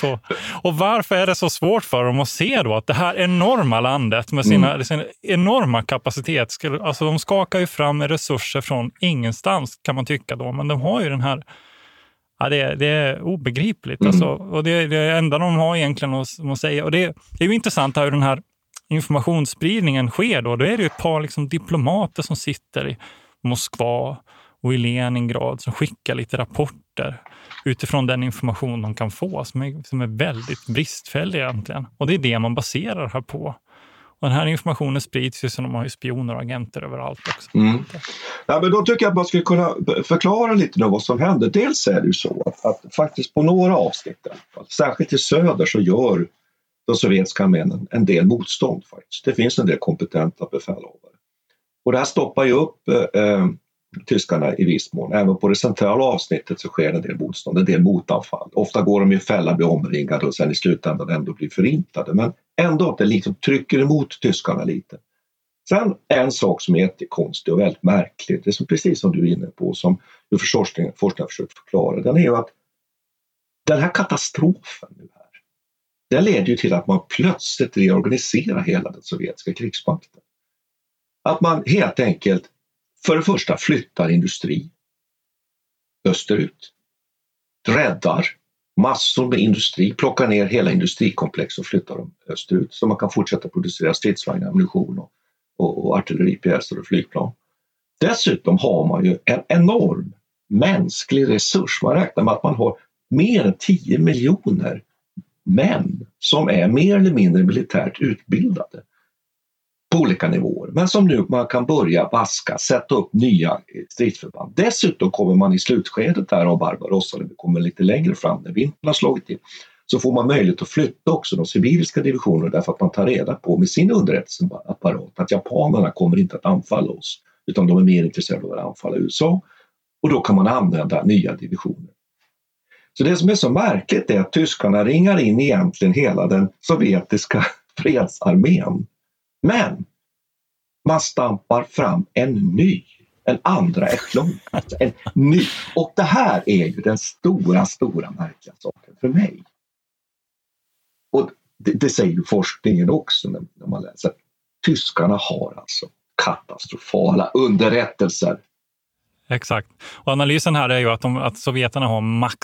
Och varför är det så svårt för dem att se då att det här enorma landet med sin enorma kapacitet, alltså de skakar ju fram resurser från ingenstans kan man tycka då, men de har ju den här. Ja, det är obegripligt. Alltså, och det enda de har egentligen att säga. Och det är ju intressant hur den här informationsspridningen sker då. Då är det ju ett par liksom diplomater som sitter i Moskva och i Leningrad som skickar lite rapporter utifrån den information de kan få som är väldigt bristfällig egentligen. Och det är det man baserar här på. Och den här informationen sprids ju, så de har ju spioner och agenter överallt också. Ja, men då tycker jag att man skulle kunna förklara lite vad som händer. Dels är det ju så att faktiskt på några avsnitt, särskilt i söder, så gör de sovjetiska armén en del motstånd faktiskt. Det finns en del kompetenta befälhavare. Och det här stoppar ju upp tyskarna i viss mån. Även på det centrala avsnittet så sker en del motstånd, en del motanfall. Ofta går de i fälla, blir omringade och sen i slutändan ändå blir förintade. Men ändå att det liksom trycker emot tyskarna lite. Sen en sak som är jättekonstig och väldigt märklig, det är precis som du är inne på, som forskningen försökt förklara, den är ju att den här katastrofen nu här, den leder ju till att man plötsligt reorganiserar hela den sovjetiska krigsmakten. Att man helt enkelt för det första flyttar industri österut, räddar massor med industri, plockar ner hela industrikomplex och flyttar dem österut så man kan fortsätta producera stridsvagnar, ammunition och artilleripjäser och flygplan. Dessutom har man ju en enorm mänsklig resurs. Man räknar med att man har mer än 10 miljoner män som är mer eller mindre militärt utbildade på olika nivåer. Men som nu man kan börja vaska, sätta upp nya stridsförband. Dessutom kommer man i slutskedet där av Barbarossa, eller det kommer lite längre fram när vintern har slagit till, så får man möjlighet att flytta också de sibiriska divisionerna därför att man tar reda på med sin underrättelseapparat att japanerna kommer inte att anfalla oss utan de är mer intresserade av att anfalla USA, och då kan man använda nya divisioner. Så det som är så märkligt är att tyskarna ringar in egentligen hela den sovjetiska fredsarmén. Men Man stampar fram en andra echelong. En ny. Och det här är ju den stora märkliga saken för mig. Och det säger ju forskningen också när man läser. Tyskarna har alltså katastrofala underrättelser. Exakt. Och analysen här är ju att sovjeterna har max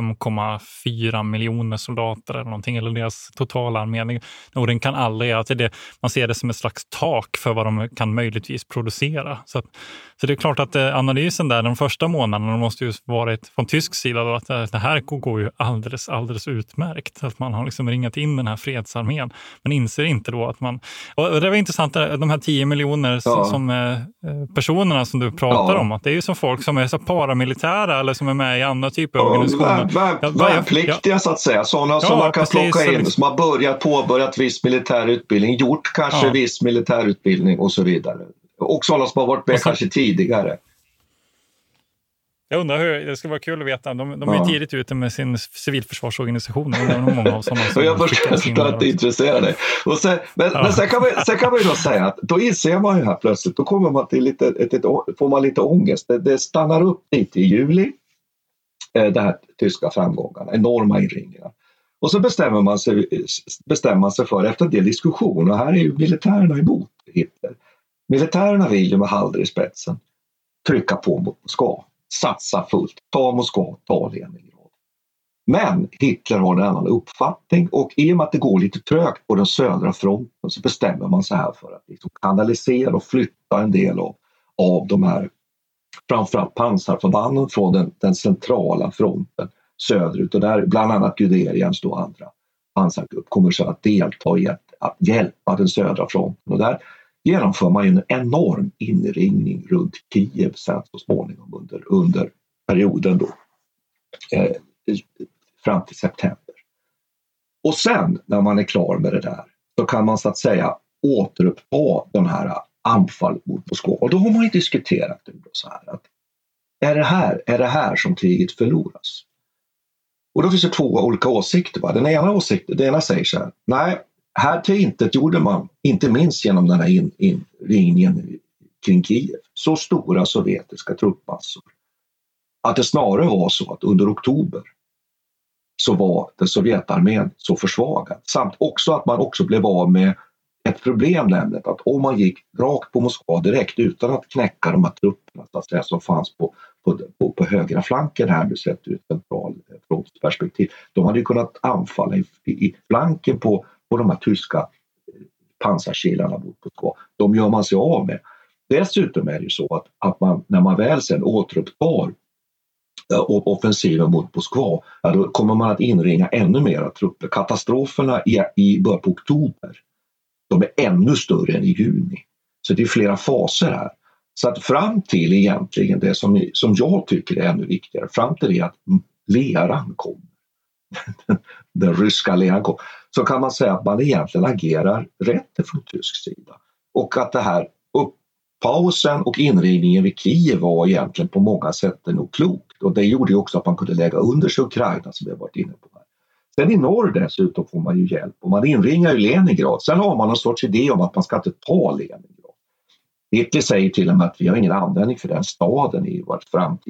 5,4 miljoner soldater eller någonting, eller deras totala armé. Och den kan aldrig, man ser det som ett slags tak för vad de kan möjligtvis producera. Så det är klart att analysen där, de första månaderna måste ju varit från tysk sida då, att det här går ju alldeles utmärkt. Att man har liksom ringat in den här fredsarmén. Men inser inte då att man... Och det var intressant, de här 10 miljoner som personerna som du pratar om, att det är ju som folk som är så paramilitära eller som är med i andra typer av organisationer. Värnpliktiga så att säga. Sådana som man kan plocka in, som har påbörjat viss militär utbildning, gjort kanske viss militärutbildning och så vidare. Och sådana som har varit med kanske tidigare. Jag undrar det ska vara kul att veta. De är ju tidigt ute med sin civilförsvarsorganisation. Många av sådana som jag förstår att det intresserar dig. Men sen kan man ju då säga att då inser man ju här plötsligt, då kommer man till får man lite ångest. Det stannar upp lite i juli, det här tyska framgångarna, enorma inringningar. Och så bestämmer man sig för, efter en del diskussion, och här är ju militärerna emot Hitler. Militärerna vill ju med Halder i spetsen trycka på mot Moskva. Satsa fullt, ta Moskva, ta Leningrad. Men Hitler har en annan uppfattning, och i och med att det går lite trögt på den södra fronten så bestämmer man sig här för att liksom kanalisera och flytta en del av de här framförallt pansarförbanden från den centrala fronten söderut, och där bland annat Guderians och andra pansargrupp kommer så att delta i att hjälpa den södra fronten, och där genomför man ju en enorm inringning runt Kiev sen så småningom under perioden då, fram till september. Och sen när man är klar med det där så kan man så att säga återuppta den här anfall mot Moskva. Och då har man ju diskuterat det så här, att är det här som kriget förloras? Och då finns det två olika åsikter. Va? Den ena säger så här, nej, här till intet gjorde man, inte minst genom den här inringningen kring Kiev, så stora sovjetiska truppmassor att det snarare var så att under oktober så var den Sovjetarmén så försvagad. Samt också att man också blev av med ett problem, nämligen att om man gick rakt på Moskva direkt utan att knäcka de här trupperna så att säga, som fanns på högra flanken här, du sett ur ett centralfrontsperspektiv, de hade ju kunnat anfalla i flanken på de här tyska pansarkilarna mot Moskva. De gör man sig av med. Dessutom är det ju så att man, när man väl sen återupptar offensiven mot Moskva, då kommer man att inringa ännu mera trupper. Katastroferna i början på oktober, de är ännu större än i juni. Så det är flera faser här. Så att fram till egentligen det som jag tycker är ännu viktigare, fram till det att leran kommer, den ryska leran kommer, så kan man säga att man egentligen agerar rätt från tysk sida. Och att det här pausen och inringningen vid Kiev var egentligen på många sätt nog klokt. Och det gjorde ju också att man kunde lägga under sig Ukraina, som vi har varit inne på här. Sen i norr dessutom får man ju hjälp, och man inringar ju Leningrad. Sen har man en sorts idé om att man ska inte ta Leningrad. Hitler säger till och med att vi har ingen användning för den staden i vårt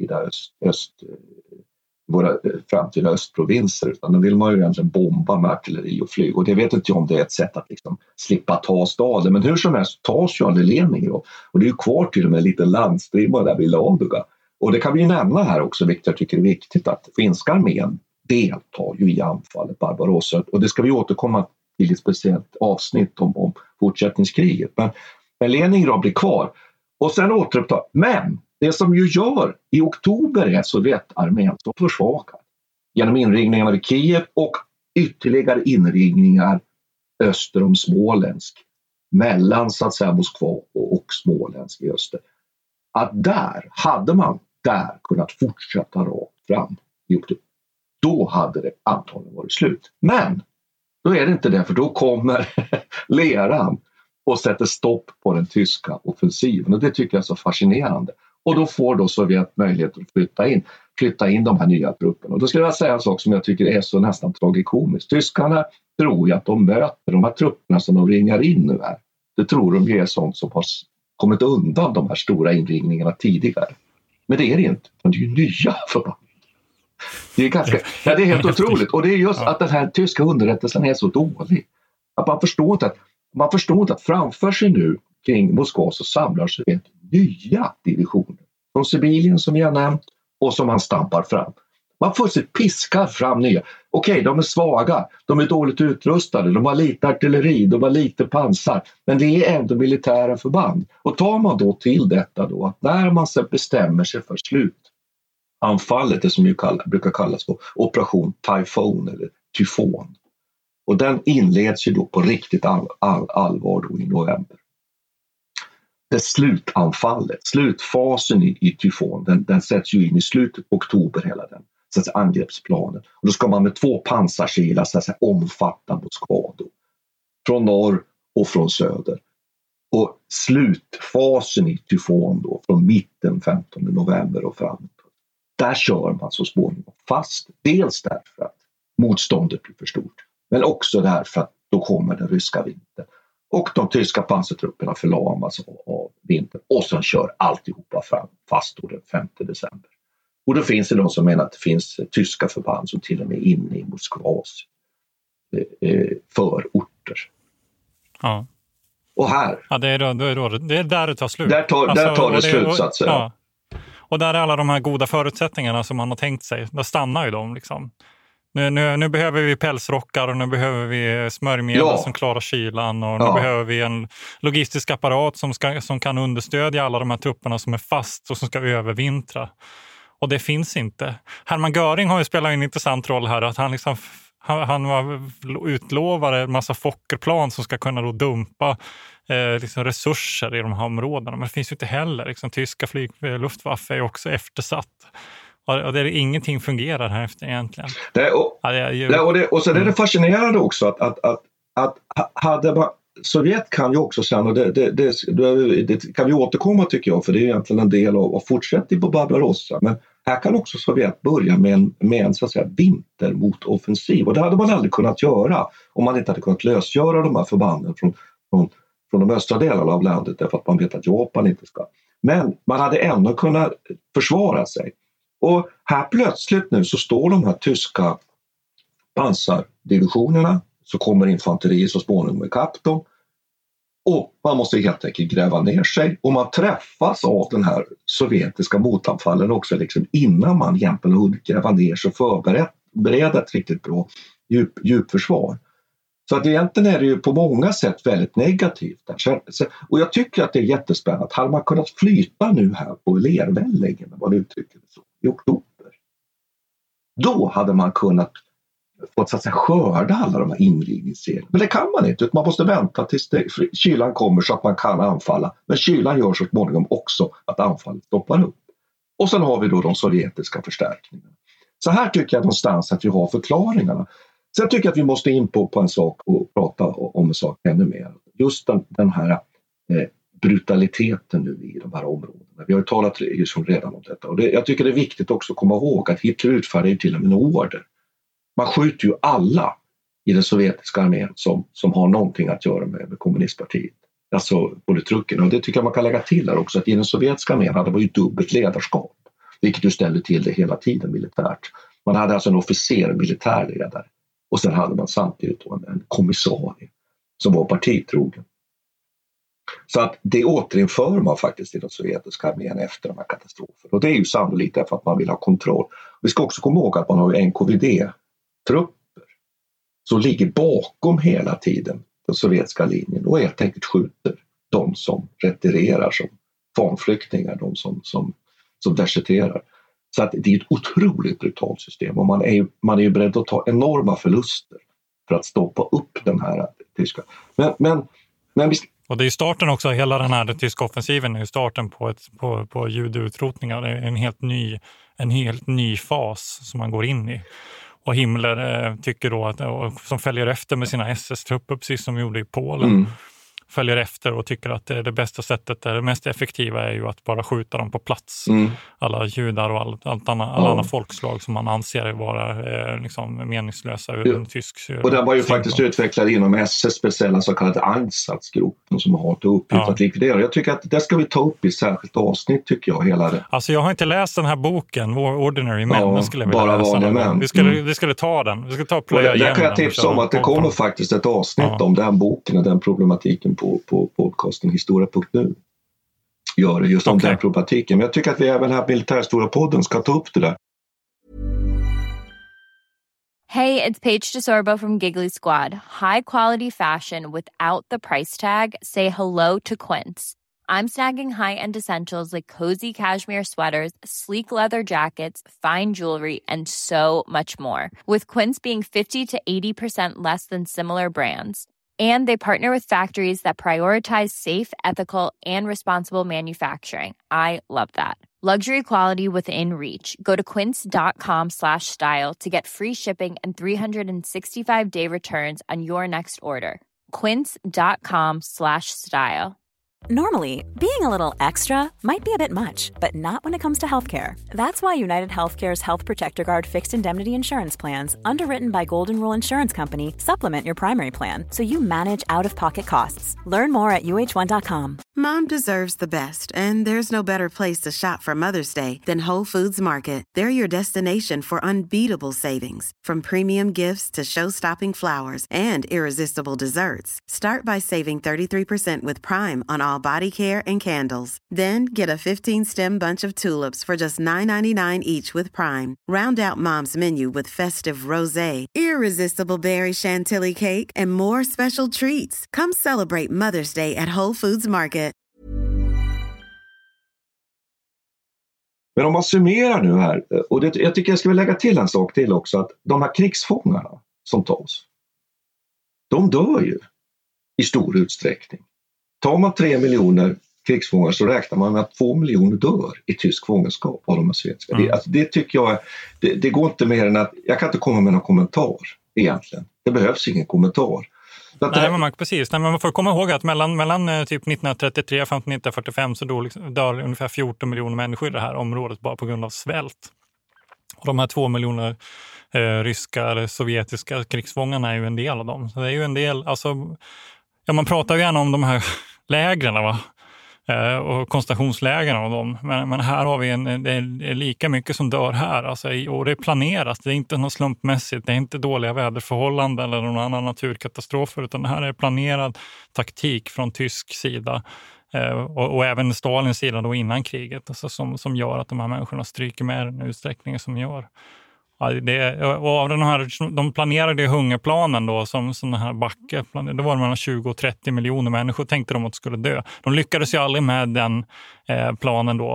våra framtida östprovinser, utan då vill man ju egentligen bomba med artilleri och flyg, och det vet inte jag om det är ett sätt att liksom slippa ta staden, men hur som helst tas ju aldrig Leningrad, och det är ju kvar till och med lite landstrimma där vid Ladoga. Och det kan vi ju nämna här också, vilket jag tycker är viktigt, att finska armén deltar ju i anfallet Barbarossa, och det ska vi återkomma till ett speciellt avsnitt om fortsättningskriget, men Leningrad blir kvar och sen återupptar. Men det som ju gör i oktober är Sovjetarmén så försvagad genom inringningarna vid Kiev och ytterligare inringningar öster om Smolensk, mellan så att säga Moskva och Smolensk i öster. Att hade man kunnat fortsätta rakt fram i oktober, då hade det antagligen varit slut. Men då är det inte det, för då kommer leran och sätter stopp på den tyska offensiven, och det tycker jag är så fascinerande. Och då får då Sovjet möjlighet att flytta in de här nya trupperna. Och då skulle jag säga en sak som jag tycker är så nästan tragikomiskt. Tyskarna tror ju att de möter de här trupperna som de ringar in nu här. Det tror de är sånt som har kommit undan de här stora inringningarna tidigare. Men det är det inte. Det är ju nya förband. Det är helt otroligt. Och det är just att den här tyska underrättelsen är så dålig. Att man förstår inte att framför sig nu kring Moskva så samlar sig nya divisioner. Från Sibirien som jag nämnt och som man stampar fram. Man får sig piskar fram nya. Okej, de är svaga, de är dåligt utrustade, de har lite artilleri, de har lite pansar. Men det är ändå militära förband. Och tar man då till detta då, att när man så bestämmer sig för slutanfallet, det som ju brukar kallas för operation Typhoon eller tyfon. Och den inleds ju då på riktigt allvar då i november. Det slutanfallet, slutfasen i tyfon, den sätts ju in i slutet på oktober hela den. Så att angreppsplanen. Och då ska man med 2 pansarkilar så att säga, omfatta Moskva då. Från norr och från söder. Och slutfasen i tyfon då från mitten 15 november och framåt. Där kör man så småningom fast. Dels därför att motståndet blir för stort. Men också därför att då kommer den ryska vintern. Och de tyska pansartrupperna förlamas av vintern. Och sen kör alltihopa fast då den 5 december. Och då finns det de som menar att det finns tyska förband som till och med är inne i Moskvas förorter. Ja. Och här... Ja, det är där det tar slut. Där tar det slut så att säga. Ja. Och där är alla de här goda förutsättningarna som man har tänkt sig. Där stannar ju de liksom. Nu behöver vi pälsrockar och nu behöver vi smörjmedel som klarar kylan och nu behöver vi en logistisk apparat som kan understödja alla de här trupperna som är fast och som ska övervintra. Och det finns inte. Hermann Göring har ju spelat en intressant roll här. Att han var utlovare en massa Fokkerplan som ska kunna då dumpa resurser i de här områdena. Men det finns ju inte heller. Tyska Luftwaffe är också eftersatt. Och det är ingenting fungerar här efter egentligen. Och så är det fascinerande också att hade man... Sovjet kan ju också sen, och det kan vi återkomma tycker jag, för det är egentligen en del av fortsättning på Barbarossa, men här kan också Sovjet börja med en så att säga vintermotoffensiv, och det hade man aldrig kunnat göra om man inte hade kunnat lösgöra de här förbanden från de östra delarna av landet, därför att man vet att Japan inte ska. Men man hade ändå kunnat försvara sig. Och här plötsligt nu så står de här tyska pansardivisionerna, så kommer infanteriet så småningom ikapp dem. Och man måste helt enkelt gräva ner sig. Och man träffas av den här sovjetiska motanfallen också liksom innan man egentligen har hunnit gräva ner sig och förbereda ett riktigt bra djupförsvar. Så att egentligen är det ju på många sätt väldigt negativt. Och jag tycker att det är jättespännande. Hade man kunnat flyta nu här på Lervällingen, vad det uttrycker det så, i oktober. Då hade man kunnat fått så att säga skörda alla de här inringningsserierna. Men det kan man inte, man måste vänta tills kylan kommer så att man kan anfalla. Men kylan gör så småningom också att anfallet stoppar upp. Och sen har vi då de sovjetiska förstärkningarna. Så här tycker jag någonstans att vi har förklaringarna. Sen tycker jag att vi måste in på en sak och prata om en sak ännu mer. Just den här brutaliteten nu i de här områdena. Vi har ju talat redan om detta. Och jag tycker det är viktigt också att komma ihåg att Hitler utfärdade ju till och med en order. Man skjuter ju alla i den sovjetiska armén som har någonting att göra med kommunistpartiet. Alltså politrukerna. Och det tycker jag man kan lägga till här också. Att i den sovjetiska armén hade man ju dubbelt ledarskap. Vilket ju ställde till det hela tiden militärt. Man hade alltså en officer, militärledare. Och sen hade man samtidigt en kommissarie som var partitrogen. Så att det återinför man faktiskt i den sovjetiska armén efter de här katastroferna. Och det är ju sannolikt därför att man vill ha kontroll. Vi ska också komma ihåg att man har ju NKVD-trupper som ligger bakom hela tiden den sovjetiska linjen och helt enkelt skjuter de som retirerar som fanflyktingar, de som deserterar. Så att det är ett otroligt brutalt system och man är ju beredd att ta enorma förluster för att stoppa upp den här tyska. Men och det är ju starten också, hela den här tyska offensiven är ju starten på judeutrotningar. Det är en helt ny fas som man går in i. Och Himmler tycker då att, som följer efter med sina SS-trupper, precis som de gjorde i Polen. följer efter och tycker att det bästa sättet, det mest effektiva är ju att bara skjuta dem på plats. Alla judar och alla andra folkslag som man anser vara liksom meningslösa ur en tysk. Och den var ju faktiskt utvecklad inom SS speciella så kallade Einsatzgruppen som har till uppgift att likvidera. Jag tycker att det ska vi ta upp i särskilt avsnitt tycker jag hela det. Alltså jag har inte läst den här boken, Ordinary Men, men skulle jag vilja läsa den. Vi skulle ta den. Vi ska ta och plöja igenom den. Där kan jag tipsa om att det kommer faktiskt ett avsnitt om den boken och den problematiken på podcasten historia.nu. Gör det just om den problematiken. Men jag tycker att vi även här på Militärhistoria-podden ska ta upp det där. Hey, it's Paige DeSorbo from Giggly Squad. High quality fashion without the price tag. Say hello to Quince. I'm snagging high-end essentials like cozy cashmere sweaters, sleek leather jackets, fine jewelry, and so much more. With Quince being 50 to 80% less than similar brands. And they partner with factories that prioritize safe, ethical, and responsible manufacturing. I love that. Luxury quality within reach. Go to quince.com/style to get free shipping and 365-day returns on your next order. Quince.com/style. Normally, being a little extra might be a bit much, but not when it comes to healthcare. That's why United Healthcare's Health Protector Guard fixed indemnity insurance plans, underwritten by Golden Rule Insurance Company, supplement your primary plan so you manage out-of-pocket costs. Learn more at uh1.com. Mom deserves the best, and there's no better place to shop for Mother's Day than Whole Foods Market. They're your destination for unbeatable savings, from premium gifts to show-stopping flowers and irresistible desserts. Start by saving 33% with Prime on all body care and candles. Then get a 15-stem bunch of tulips for just $9.99 each with Prime. Round out Mom's menu with festive rosé, irresistible berry chantilly cake, and more special treats. Come celebrate Mother's Day at Whole Foods Market. Men om man summerar nu här, och jag tycker jag ska lägga till en sak till också, att de här krigsfångarna som tas, de dör ju i stor utsträckning. Tar man 3 miljoner krigsfångar så räknar man med att 2 miljoner dör i tysk fångenskap av de här svenska. Det tycker jag, det går inte mer än att, jag kan inte komma med någon kommentar egentligen. Det behövs ingen kommentar. Precis. Nej, men man får komma ihåg att mellan typ 1933 och 1945 så dör ungefär 14 miljoner människor i det här området bara på grund av svält. Och de här 2 miljoner ryska eller sovjetiska krigsfångarna är ju en del av dem. Så det är ju en del, alltså, man pratar ju gärna om de här lägren, va? Och koncentrationslägren av dem. Men här har vi det är lika mycket som dör här. Alltså, och det är planerat. Det är inte något slumpmässigt. Det är inte dåliga väderförhållanden eller någon annan naturkatastrofer. Utan det här är planerad taktik från tysk sida. Och även Stalins sida då innan kriget. Alltså, som gör att de här människorna stryker med den utsträckningen som gör. Och av de planerade hungerplanen då, som den här Backe, det var mellan 20 och 30 miljoner människor tänkte de att skulle dö. De lyckades ju aldrig med den planen då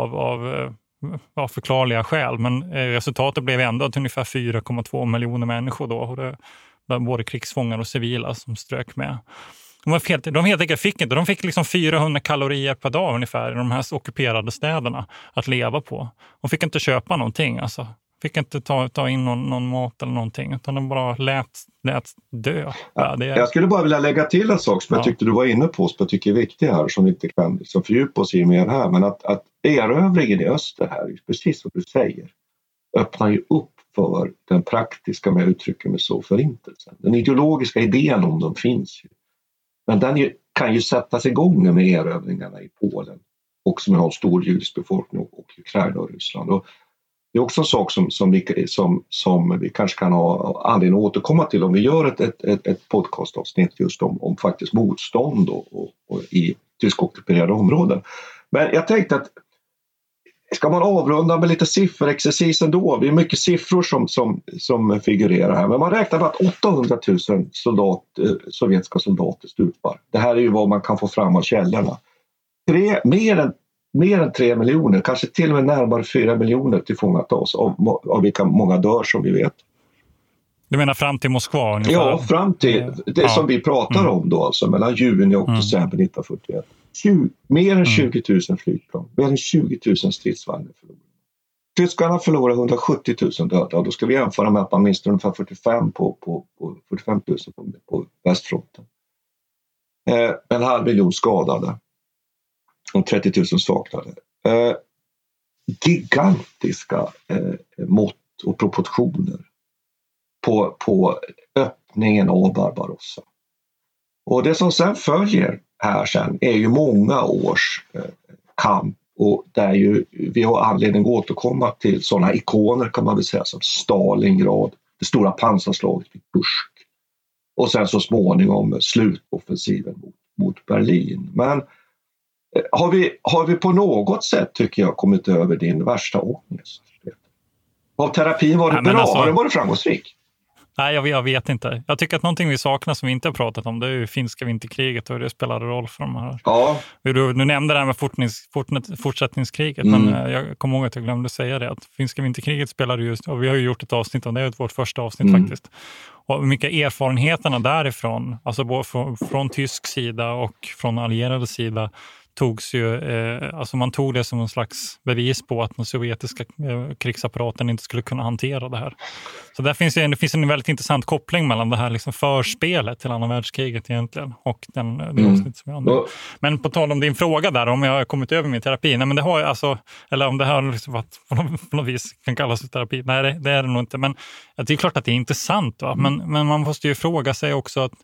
av förklarliga skäl, men resultatet blev ändå att ungefär 4,2 miljoner människor då, och det var både krigsfångar och civila som strök med. De helt enkelt de fick liksom 400 kalorier per dag ungefär i de här ockuperade städerna att leva på. De fick inte köpa någonting, alltså. Fick inte ta in någon mat eller någonting, utan de bara lät dö. Jag skulle bara vilja lägga till en sak som jag tyckte du var inne på, som jag tycker är viktig här, som vi inte kan liksom fördjupa oss i mer här, men att erövringen i öster här, precis som du säger, öppnar ju upp för den praktiska, med uttrycken med så, förintelsen. Den ideologiska idén om dem finns ju. Men den kan ju sättas igång med erövringarna i Polen, och som har en stor judisk befolkning, och Ukraina och Ryssland. Och det är också en sak som vi kanske kan ha anledning att återkomma till om vi gör ett podcastavsnitt just om faktiskt motstånd och i tyskockuperade områden. Men jag tänkte att ska man avrunda med lite sifferexercis ändå? Det är mycket siffror som figurerar här. Men man räknar med att 800 000 sovjetiska soldater stupar. Det här är ju vad man kan få fram av källorna. Mer än 3 miljoner, kanske till och med närmare 4 miljoner tillfångatas av vilka många dör som vi vet. Du menar fram till Moskva ungefär? Ja, fram till det som vi pratar om då, alltså mellan juni och december 1941. Mer än 20 000 flygplan, mer än 20 000 stridsvagnar förlorade. Tyskarna förlorade 170 000 döda, och då ska vi jämföra med att man minst ungefär 45 000 på västfronten. En 500 000 skadade och 30 000 saknade. Gigantiska mått och proportioner på öppningen av Barbarossa. Och det som sen följer här sen är ju många års kamp, och där ju vi har anledning att återkomma till sådana ikoner kan man väl säga som Stalingrad, det stora pansarslaget vid Kursk och sen så slutoffensiven mot Berlin. Men har vi på något sätt, tycker jag, kommit över din värsta ångest? Har terapin varit bra? Alltså, har den varit framgångsrik? Nej, jag vet inte. Jag tycker att någonting vi saknar som vi inte har pratat om, det är ju finska vinterkriget och det spelade roll för de här. Ja. Du nämnde det här med fortsättningskriget, men jag kommer ihåg att jag glömde säga det. Att finska vinterkriget spelade just, och vi har ju gjort ett avsnitt om det, är vårt första avsnitt faktiskt. Och mycket erfarenheterna därifrån, alltså både från tysk sida och från allierade sida, togs ju, alltså man tog det som en slags bevis på att den sovjetiska krigsapparaten inte skulle kunna hantera det här. Så där finns det finns en väldigt intressant koppling mellan det här liksom förspelet till andra världskriget egentligen och det avsnitt som jag har. Men på tal om din fråga där, om jag har kommit över min terapi, nej men det har jag alltså, eller om det här liksom varit på något vis kan kallas för terapi, nej det är det nog inte, men det är klart att det är intressant, va? Men man måste ju fråga sig också att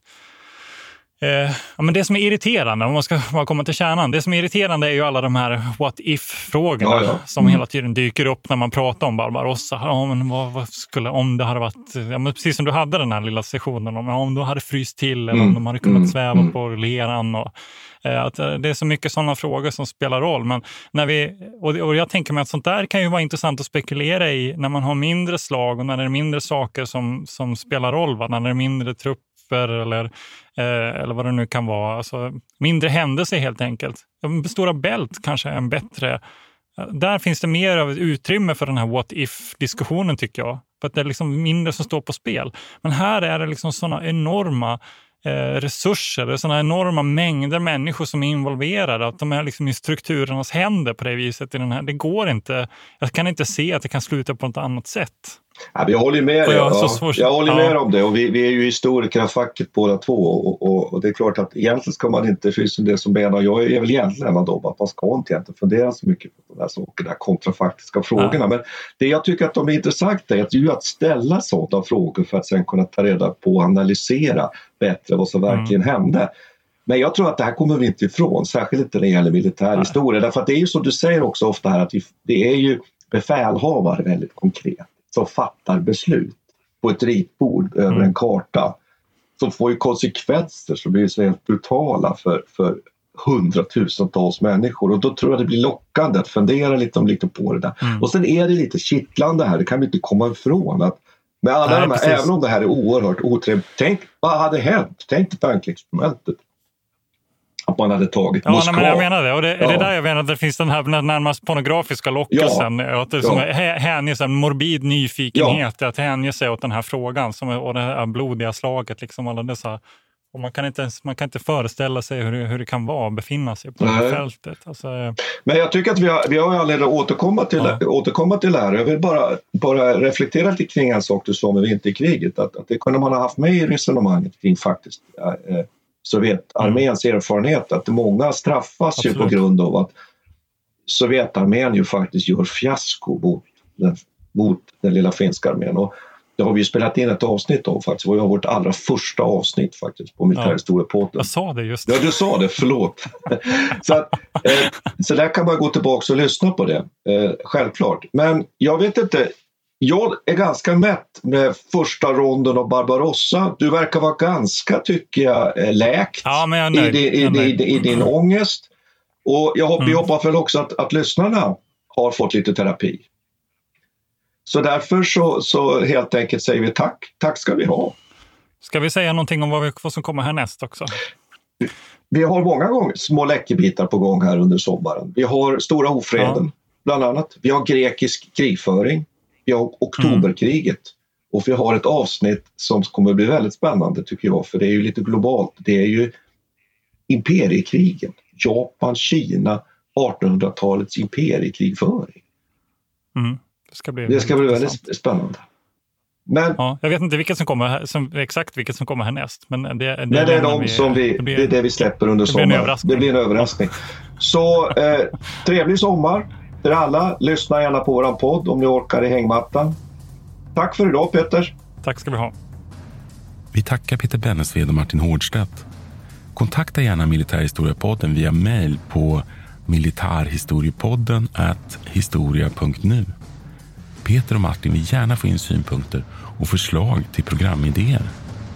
men det som är irriterande, om man ska bara komma till kärnan, det som är irriterande är ju alla de här what if-frågorna som hela tiden dyker upp när man pratar om Barbarossa. Ja, men vad skulle, om det hade varit, ja, men precis som du hade den här lilla sessionen om du hade fryst till eller om de hade kunnat sväva på leran och att det är så mycket sådana frågor som spelar roll. Men när och jag tänker mig att sånt där kan ju vara intressant att spekulera i när man har mindre slag och när det är mindre saker som spelar roll, va? När det är mindre trupp eller vad det nu kan vara. Alltså, mindre händelser helt enkelt. Stora Bält kanske är en bättre. Där finns det mer av ett utrymme för den här what if-diskussionen, tycker jag. För att det är liksom mindre som står på spel. Men här är det liksom sådana enorma resurser, det är sådana enorma mängder människor som är involverade, att de är liksom i strukturernas händer på det viset i den här. Det går inte, jag kan inte se att det kan sluta på något annat sätt. Ja, jag håller med dig. Jag håller med om det, och vi är ju historiker av facket båda två, och det är klart att egentligen ska man inte, för det som menar jag är väl egentligen att man ska inte fundera så mycket på de här sakerna, kontrafaktiska frågorna, men det jag tycker att de är intressanta är att ställa sådana frågor för att sen kunna ta reda på och analysera bättre vad som verkligen hände. Men jag tror att det här kommer vi inte ifrån, särskilt inte när det gäller militär historia, därför att det är ju som du säger också ofta här, att det är ju befälhavare väldigt konkret som fattar beslut på ett ritbord över en karta som får ju konsekvenser som blir så helt brutala för hundratusentals människor, och då tror jag det blir lockande att fundera lite på det där. Och sen är det lite kittlande här, det kan vi inte komma ifrån, att med alla de här, även om det här är oerhört otrevligt, tänk vad hade hänt, tänk tankeexperimentet att man hade tagit Moskva. Men jag menar det, och det är där jag menar att det finns den här närmast pornografiska lockelsen, att det som hänger sig en morbid nyfikenhet att hänge sig åt den här frågan och det här blodiga slaget liksom, alla dessa, och man kan inte föreställa sig hur det kan vara att befinna sig på det här fältet. Alltså, men jag tycker att vi har anledning att återkomma till det här. Jag vill bara reflektera lite kring en sak du sa med vinterkriget, att det kunde man ha haft med i resonemanget kring faktiskt Sovjetarméns erfarenhet, att många straffas ju på grund av att Sovjetarmén ju faktiskt gör fiasko mot den lilla finska armén, och det har vi ju spelat in ett avsnitt om faktiskt. Det var vårt allra första avsnitt faktiskt på Militärhistoriepodden. Jag sa det just. Ja, du sa det, förlåt. Så där kan man gå tillbaka och lyssna på det, självklart. Men jag vet inte, jag är ganska mätt med första ronden av Barbarossa. Du verkar vara ganska, tycker jag, läkt i din ångest. Och vi hoppas väl också att lyssnarna har fått lite terapi. Så därför så helt enkelt säger vi tack. Tack ska vi ha. Ska vi säga någonting om vad som kommer härnäst också? Vi har många gånger små läckerbitar på gång här under sommaren. Vi har Stora ofreden, bland annat. Vi har grekisk krigföring. Vi har oktoberkriget. Och vi har ett avsnitt som kommer bli väldigt spännande, tycker jag. För det är ju lite globalt. Det är ju imperiekrigen. Japan, Kina, 1800-talets imperiekrigföring. Det ska bli väldigt spännande. Men, jag vet inte vilket som kommer, exakt vilket som kommer härnäst. Men det är det vi släpper under sommaren. Det blir en överraskning. Så trevlig sommar till alla. Lyssna gärna på våran podd om ni orkar i hängmattan. Tack för idag, Peter. Tack ska vi ha. Vi tackar Peter Bennesved och Martin Hårdstedt. Kontakta gärna Militärhistoriepodden via mejl på militarhistoriepodden@historia.nu. Peter och Martin vill gärna få in synpunkter och förslag till programidéer.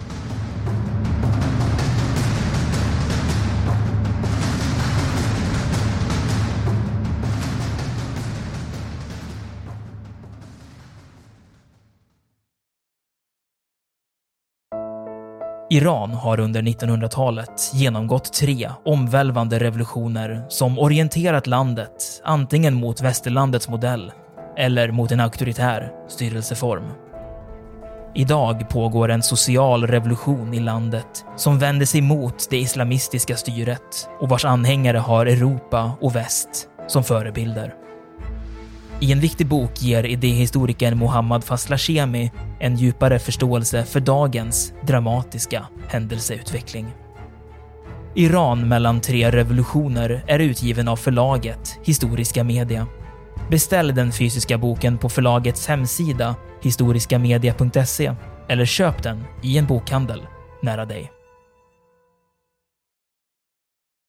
Iran har under 1900-talet genomgått 3 omvälvande revolutioner som orienterat landet antingen mot västerlandets modell eller mot en auktoritär styrelseform. Idag pågår en social revolution i landet som vänder sig mot det islamistiska styret och vars anhängare har Europa och väst som förebilder. I en viktig bok ger idéhistorikern Mohammad Faslashemi en djupare förståelse för dagens dramatiska händelseutveckling. Iran mellan 3 revolutioner är utgiven av förlaget Historiska Media. Beställ den fysiska boken på förlagets hemsida historiskamedia.se eller köp den i en bokhandel nära dig.